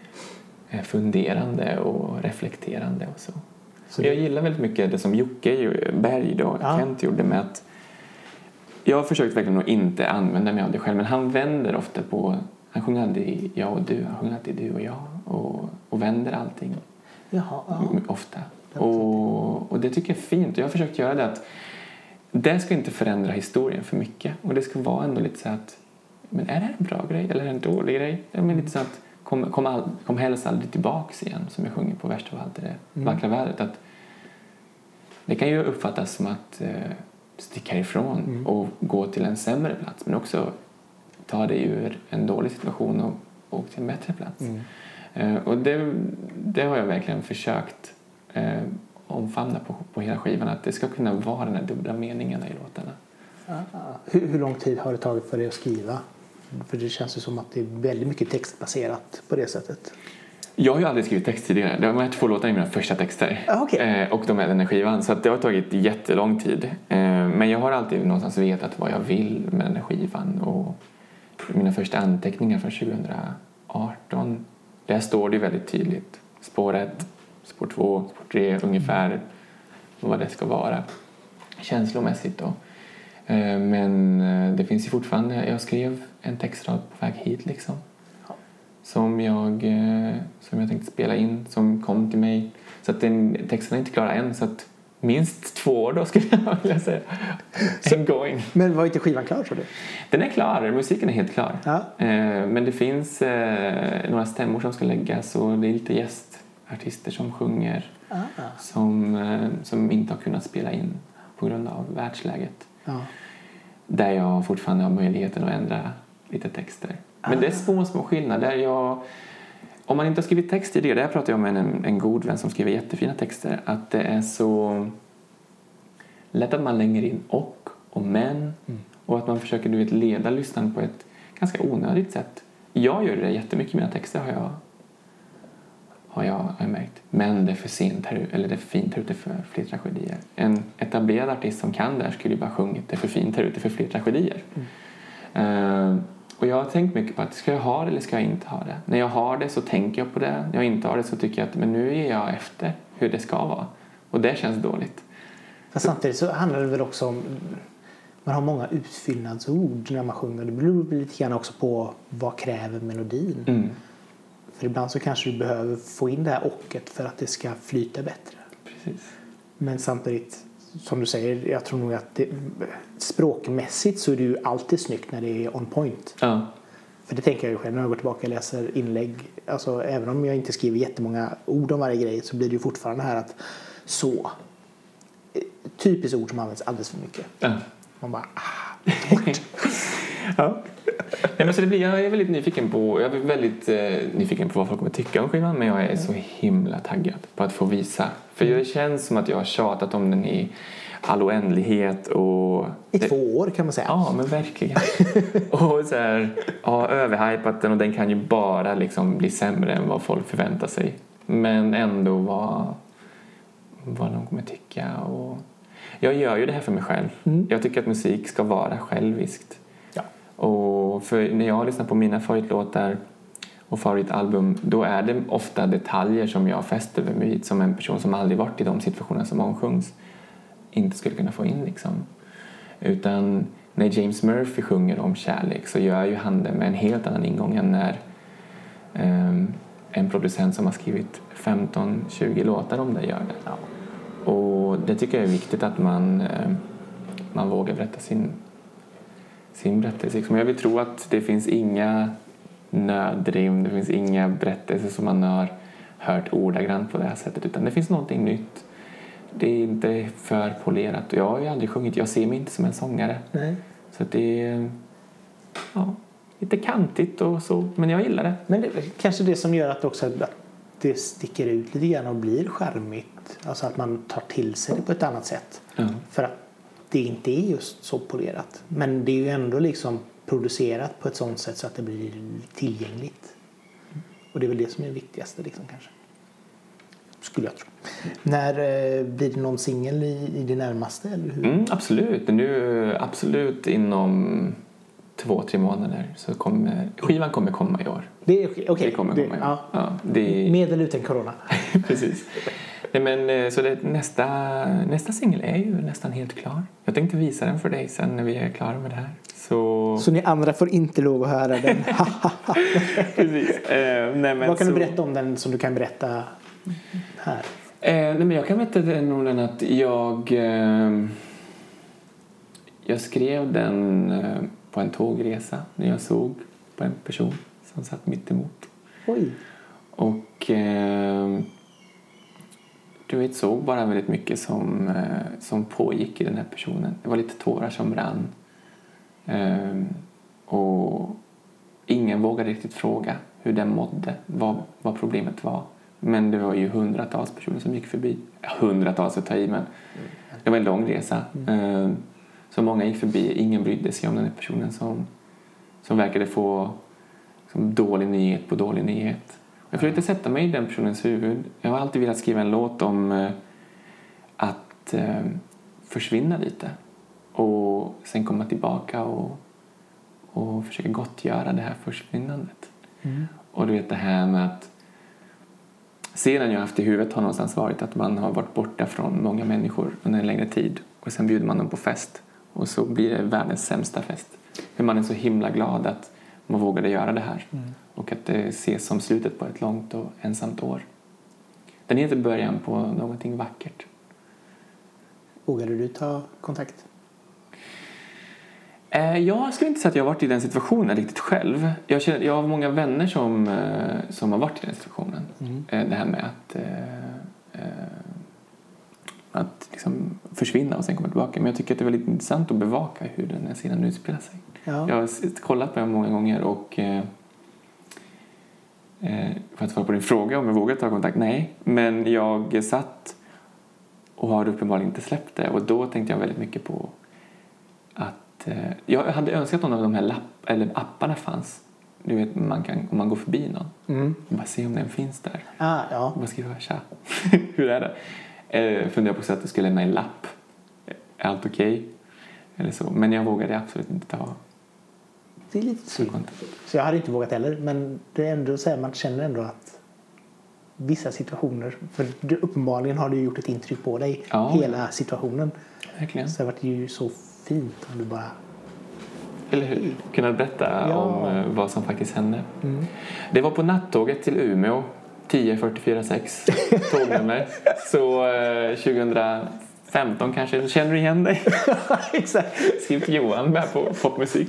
Speaker 2: funderande och reflekterande och så. så jag gillar väldigt mycket det som Jocke Berg då, ja. Kent gjorde med att jag har försökt verkligen att inte använda mig av det själv, men han vänder ofta på, han sjunger alltid jag och du, han sjunger alltid du och jag och, och vänder allting.
Speaker 1: Jaha, ja.
Speaker 2: Ofta. Och, och det tycker jag är fint, och jag har försökt göra det att det ska inte förändra historien för mycket, och det ska vara ändå lite så att men är det här en bra grej eller är det en dålig grej? Men lite så att Kom, kom, all, kom helst aldrig tillbaks igen, som jag sjunger på Värst av allt det mm. vackra vädret. Att det kan ju uppfattas som att eh, sticka ifrån mm. och gå till en sämre plats, men också ta dig ur en dålig situation och, och åka till en bättre plats. Mm. Eh, och det, det har jag verkligen försökt eh, omfamna på, på hela skivan, att det ska kunna vara den här dubbla meningarna i låtarna.
Speaker 1: Ah, hur, hur lång tid har det tagit för dig att skriva? För det känns ju som att det är väldigt mycket textbaserat på det sättet.
Speaker 2: Jag har ju aldrig skrivit text tidigare. Det var två låtar i mina första texter.
Speaker 1: Ah, okay.
Speaker 2: eh, och de är den här skivan. Så att det har tagit jättelång tid. Eh, men jag har alltid någonstans vetat vad jag vill med den här skivan. Och mina första anteckningar från tjugo arton. Där står det väldigt tydligt. Spår ett, spår två, spår tre ungefär. Vad det ska vara. Känslomässigt då. Men det finns ju fortfarande, jag skrev en textrad på väg hit liksom. Ja. Som jag som jag tänkte spela in, som kom till mig. Så att den texten är inte klar än, så att minst två år då skulle jag vilja säga. Så, going.
Speaker 1: Men var inte skivan klar, tror du?
Speaker 2: Den är klar, musiken är helt klar.
Speaker 1: Ja.
Speaker 2: Men det finns några stämmor som ska läggas, och det är lite gästartister som sjunger. Ah. Som, som inte har kunnat spela in på grund av världsläget. Ja. Där jag fortfarande har möjligheten att ändra lite texter. Men ah. det är små, små skillnader. Jag, om man inte har skrivit text tidigare, jag pratar jag om en, en god vän som skriver jättefina texter, att det är så lätt att man lägger in och och men mm. och att man försöker, du vet, leda lyssnaren på ett ganska onödigt sätt. Jag gör det jättemycket i mina texter, har jag har jag, har jag märkt. Men det är för sent här, eller det är för fint här ute för fler tragedier. En etablerad artist som kan det här skulle ju bara sjungit det är för fint här ute för fler tragedier. Mm. Uh, och jag har tänkt mycket på att ska jag ha det eller ska jag inte ha det? När jag har det så tänker jag på det. När jag inte har det så tycker jag att men nu är jag efter hur det ska vara. Och det känns dåligt.
Speaker 1: Fast samtidigt så handlar det väl också om, man har många utfyllnadsord när man sjunger. Det beror lite grann också på vad kräver melodin. Mm. För ibland så kanske du behöver få in det här ochet för att det ska flyta bättre.
Speaker 2: Precis.
Speaker 1: Men samtidigt, som du säger, jag tror nog att det, språkmässigt så är det ju alltid snyggt när det är on point.
Speaker 2: Ja.
Speaker 1: För det tänker jag ju själv när jag går tillbaka och läser inlägg. Alltså även om jag inte skriver jättemånga ord om varje grej så blir det ju fortfarande här att så. Typiskt ord som används alldeles för mycket.
Speaker 2: Ja.
Speaker 1: Man bara, ah, bort.
Speaker 2: Ja. Nej, men så det blir, jag är väldigt nyfiken på jag är väldigt eh, nyfiken på vad folk kommer tycka om skivan, men jag är så himla taggad på att få visa. För det känns som att jag har tjatat om den i all oändlighet och...
Speaker 1: I det, två år kan man säga.
Speaker 2: Ja, men verkligen. Och så här, ja, överhypat den och den kan ju bara liksom bli sämre än vad folk förväntar sig. Men ändå vad, vad de kommer tycka. Och jag gör ju det här för mig själv. Mm. Jag tycker att musik ska vara själviskt.
Speaker 1: Ja.
Speaker 2: Och för när jag lyssnar på mina favoritlåtar och favoritalbum, då är det ofta detaljer som jag fäster över mig som en person som aldrig varit i de situationer som omsjungs inte skulle kunna få in liksom. Utan när James Murphy sjunger om kärlek så gör ju han det med en helt annan ingång än när um, en producent som har skrivit femton tjugo låtar om det gör det. Ja. Och det tycker jag är viktigt att man, uh, man vågar berätta sin, sin berättelse. Liksom. Jag vill tro att det finns inga nödrim, det finns inga berättelser som man har hört ordagrant på det här sättet, utan det finns någonting nytt. Det är inte för polerat. Jag har ju aldrig sjungit, jag ser mig inte som en sångare.
Speaker 1: Nej.
Speaker 2: Så det är ja, lite kantigt och så, men jag gillar det.
Speaker 1: Men det är kanske det som gör att också att det sticker ut lite grann och blir charmigt. Alltså att man tar till sig det på ett annat sätt.
Speaker 2: Mm.
Speaker 1: För att det inte är just så polerat. Men det är ju ändå liksom producerat på ett sånt sätt så att det blir tillgängligt. Och det är väl det som är det viktigaste liksom kanske. Skulle jag tro. När eh, blir det någon singel i, i det närmaste eller hur?
Speaker 2: Mm, absolut. Nu absolut inom två, tre månader så kommer skivan kommer komma i år.
Speaker 1: Det är okej. Okay.
Speaker 2: Det kommer komma i år.
Speaker 1: Ja.
Speaker 2: Ja, det...
Speaker 1: Med eller utan corona.
Speaker 2: Precis. Nej, men så det, nästa nästa singel är ju nästan helt klar. Jag tänkte visa den för dig sen när vi är klara med det här. Så,
Speaker 1: så ni andra får inte lov att höra den.
Speaker 2: Precis. Eh, nej, men
Speaker 1: vad kan
Speaker 2: så...
Speaker 1: du berätta om den som du kan berätta här?
Speaker 2: Eh, nej, men jag kan berätta om den att jag eh, jag skrev den eh, på en tågresa när jag såg på en person som satt mitt emot.
Speaker 1: Oj.
Speaker 2: Och eh, du vet, såg bara väldigt mycket som, eh, som pågick i den här personen. Det var lite tårar som brann. Eh, och ingen vågade riktigt fråga hur den mådde, vad, vad problemet var. Men det var ju hundratals personer som gick förbi. Ja, hundratals att ta i, men det var en lång resa. Mm. Så många gick förbi. Ingen brydde sig om den här personen som, som verkade få som dålig nyhet på dålig nyhet. Jag försökte sätta mig i den personens huvud. Jag har alltid velat skriva en låt om att försvinna lite. Och sen komma tillbaka och, och försöka gottgöra det här försvinnandet. Mm. Och du vet det här med att scenen jag haft i huvudet har någonstans varit att man har varit borta från många människor under en längre tid. Och sen bjuder man dem på fest. Och så blir det världens sämsta fest. För man är så himla glad att man vågade göra det här. Mm. Och att det ses som slutet på ett långt och ensamt år. Den är inte början på någonting vackert.
Speaker 1: Vågade du ta kontakt?
Speaker 2: Eh, jag skulle inte säga att jag har varit i den situationen riktigt själv. Jag, känner, jag har många vänner som, eh, som har varit i den situationen. Mm. Eh, det här med att, eh, att liksom försvinna och sen komma tillbaka. Men jag tycker att det är väldigt intressant att bevaka hur den här scenen utspelar sig. Ja. Jag har kollat på den många gånger och eh, för att svara på din fråga om jag vågar ta kontakt, nej. Men jag satt och har uppenbarligen inte släppt det. Och då tänkte jag väldigt mycket på att eh, jag hade önskat någon av de här lapp, eller apparna fanns. Du vet, man kan, om man går förbi någon. Mm. Bara se om den finns där.
Speaker 1: Ah, ja.
Speaker 2: Bara skriva, tja. Hur är det? Eh, funderade på så att du skulle lämna en lapp. Är allt okej? Okay? Eller så. Men jag vågade absolut inte ta.
Speaker 1: Det är lite synd. Så jag hade inte vågat heller. Men det är ändå så här, man känner ändå att vissa situationer, för du, uppenbarligen har du gjort ett intryck på dig, ja. Hela situationen.
Speaker 2: Verkligen.
Speaker 1: Så det har varit ju så fint om du bara...
Speaker 2: Eller hur? Kunna berätta ja. Om uh, vad som faktiskt hände. Mm. Det var på nattåget till Umeå, tio fyrtiofyra sex tågnummer. Så uh, tjugohundrafemton kanske, känner du igen dig?
Speaker 1: Exakt.
Speaker 2: Skriv till Johan med på popmusik.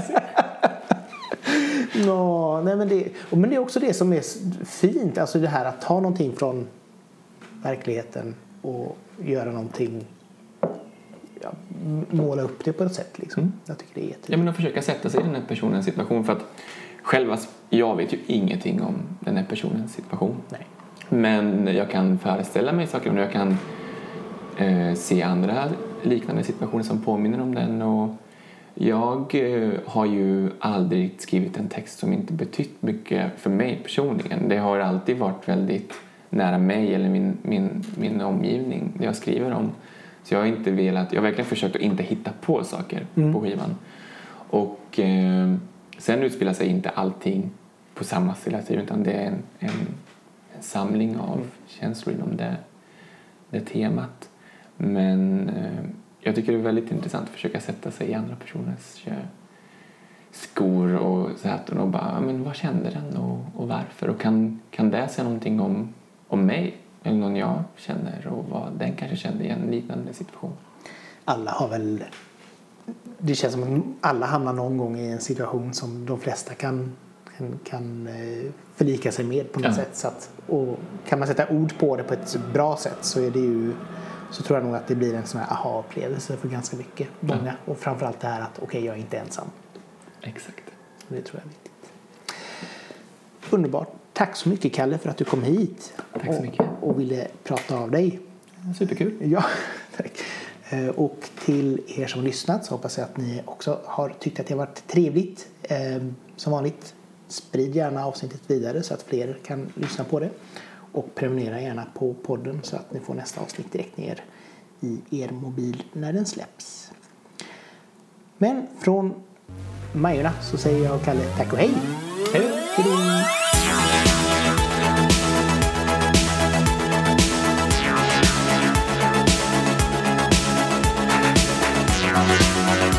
Speaker 1: No, nej men, det, men det är också det som är fint. Alltså det här att ta någonting från verkligheten och göra någonting, ja, måla upp det på ett sätt liksom. Mm. Jag tycker det är jätteviktigt.
Speaker 2: Ja, men att försöka sätta sig i den här personens situation, för att själva, jag vet ju ingenting om den här personens situation.
Speaker 1: Nej.
Speaker 2: Men jag kan föreställa mig saker och jag kan eh, se andra liknande situationer som påminner om den. Och jag eh, har ju aldrig skrivit en text som inte betytt mycket för mig personligen. Det har alltid varit väldigt nära mig eller min, min, min omgivning det jag skriver om. Så jag har inte velat, jag har verkligen försökt att inte hitta på saker mm. på skivan. Och eh, sen utspelar sig inte allting på samma ställe utan det är en, en, en samling av mm. känslor inom det, det temat. Men eh, jag tycker det är väldigt intressant att försöka sätta sig i andra personers skor och så här och bara, men vad kände den och, och varför? Och kan, kan det säga någonting om, om mig eller någon jag känner och vad den kanske kände i en liknande situation?
Speaker 1: Alla har väl, det känns som att alla hamnar någon gång i en situation som de flesta kan, kan, kan förlika sig med på något ja. sätt. Så att, och kan man sätta ord på det på ett bra sätt så är det ju, så tror jag nog att det blir en sån här aha-upplevelse för ganska mycket, många. Ja. Och framförallt det här att okej, okay, jag är inte ensam.
Speaker 2: Exakt.
Speaker 1: Det tror jag är viktigt. Underbart. Tack så mycket, Kalle, för att du kom hit.
Speaker 2: Tack så mycket.
Speaker 1: Och, och ville prata av dig.
Speaker 2: Superkul.
Speaker 1: Ja, tack. Och till er som har lyssnat så hoppas jag att ni också har tyckt att det har varit trevligt. Som vanligt, sprid gärna avsnittet vidare så att fler kan lyssna på det. Och prenumerera gärna på podden så att ni får nästa avsnitt direkt ner i er mobil när den släpps. Men från Majorna så säger jag och Kalle tack och hej.
Speaker 2: Hej då.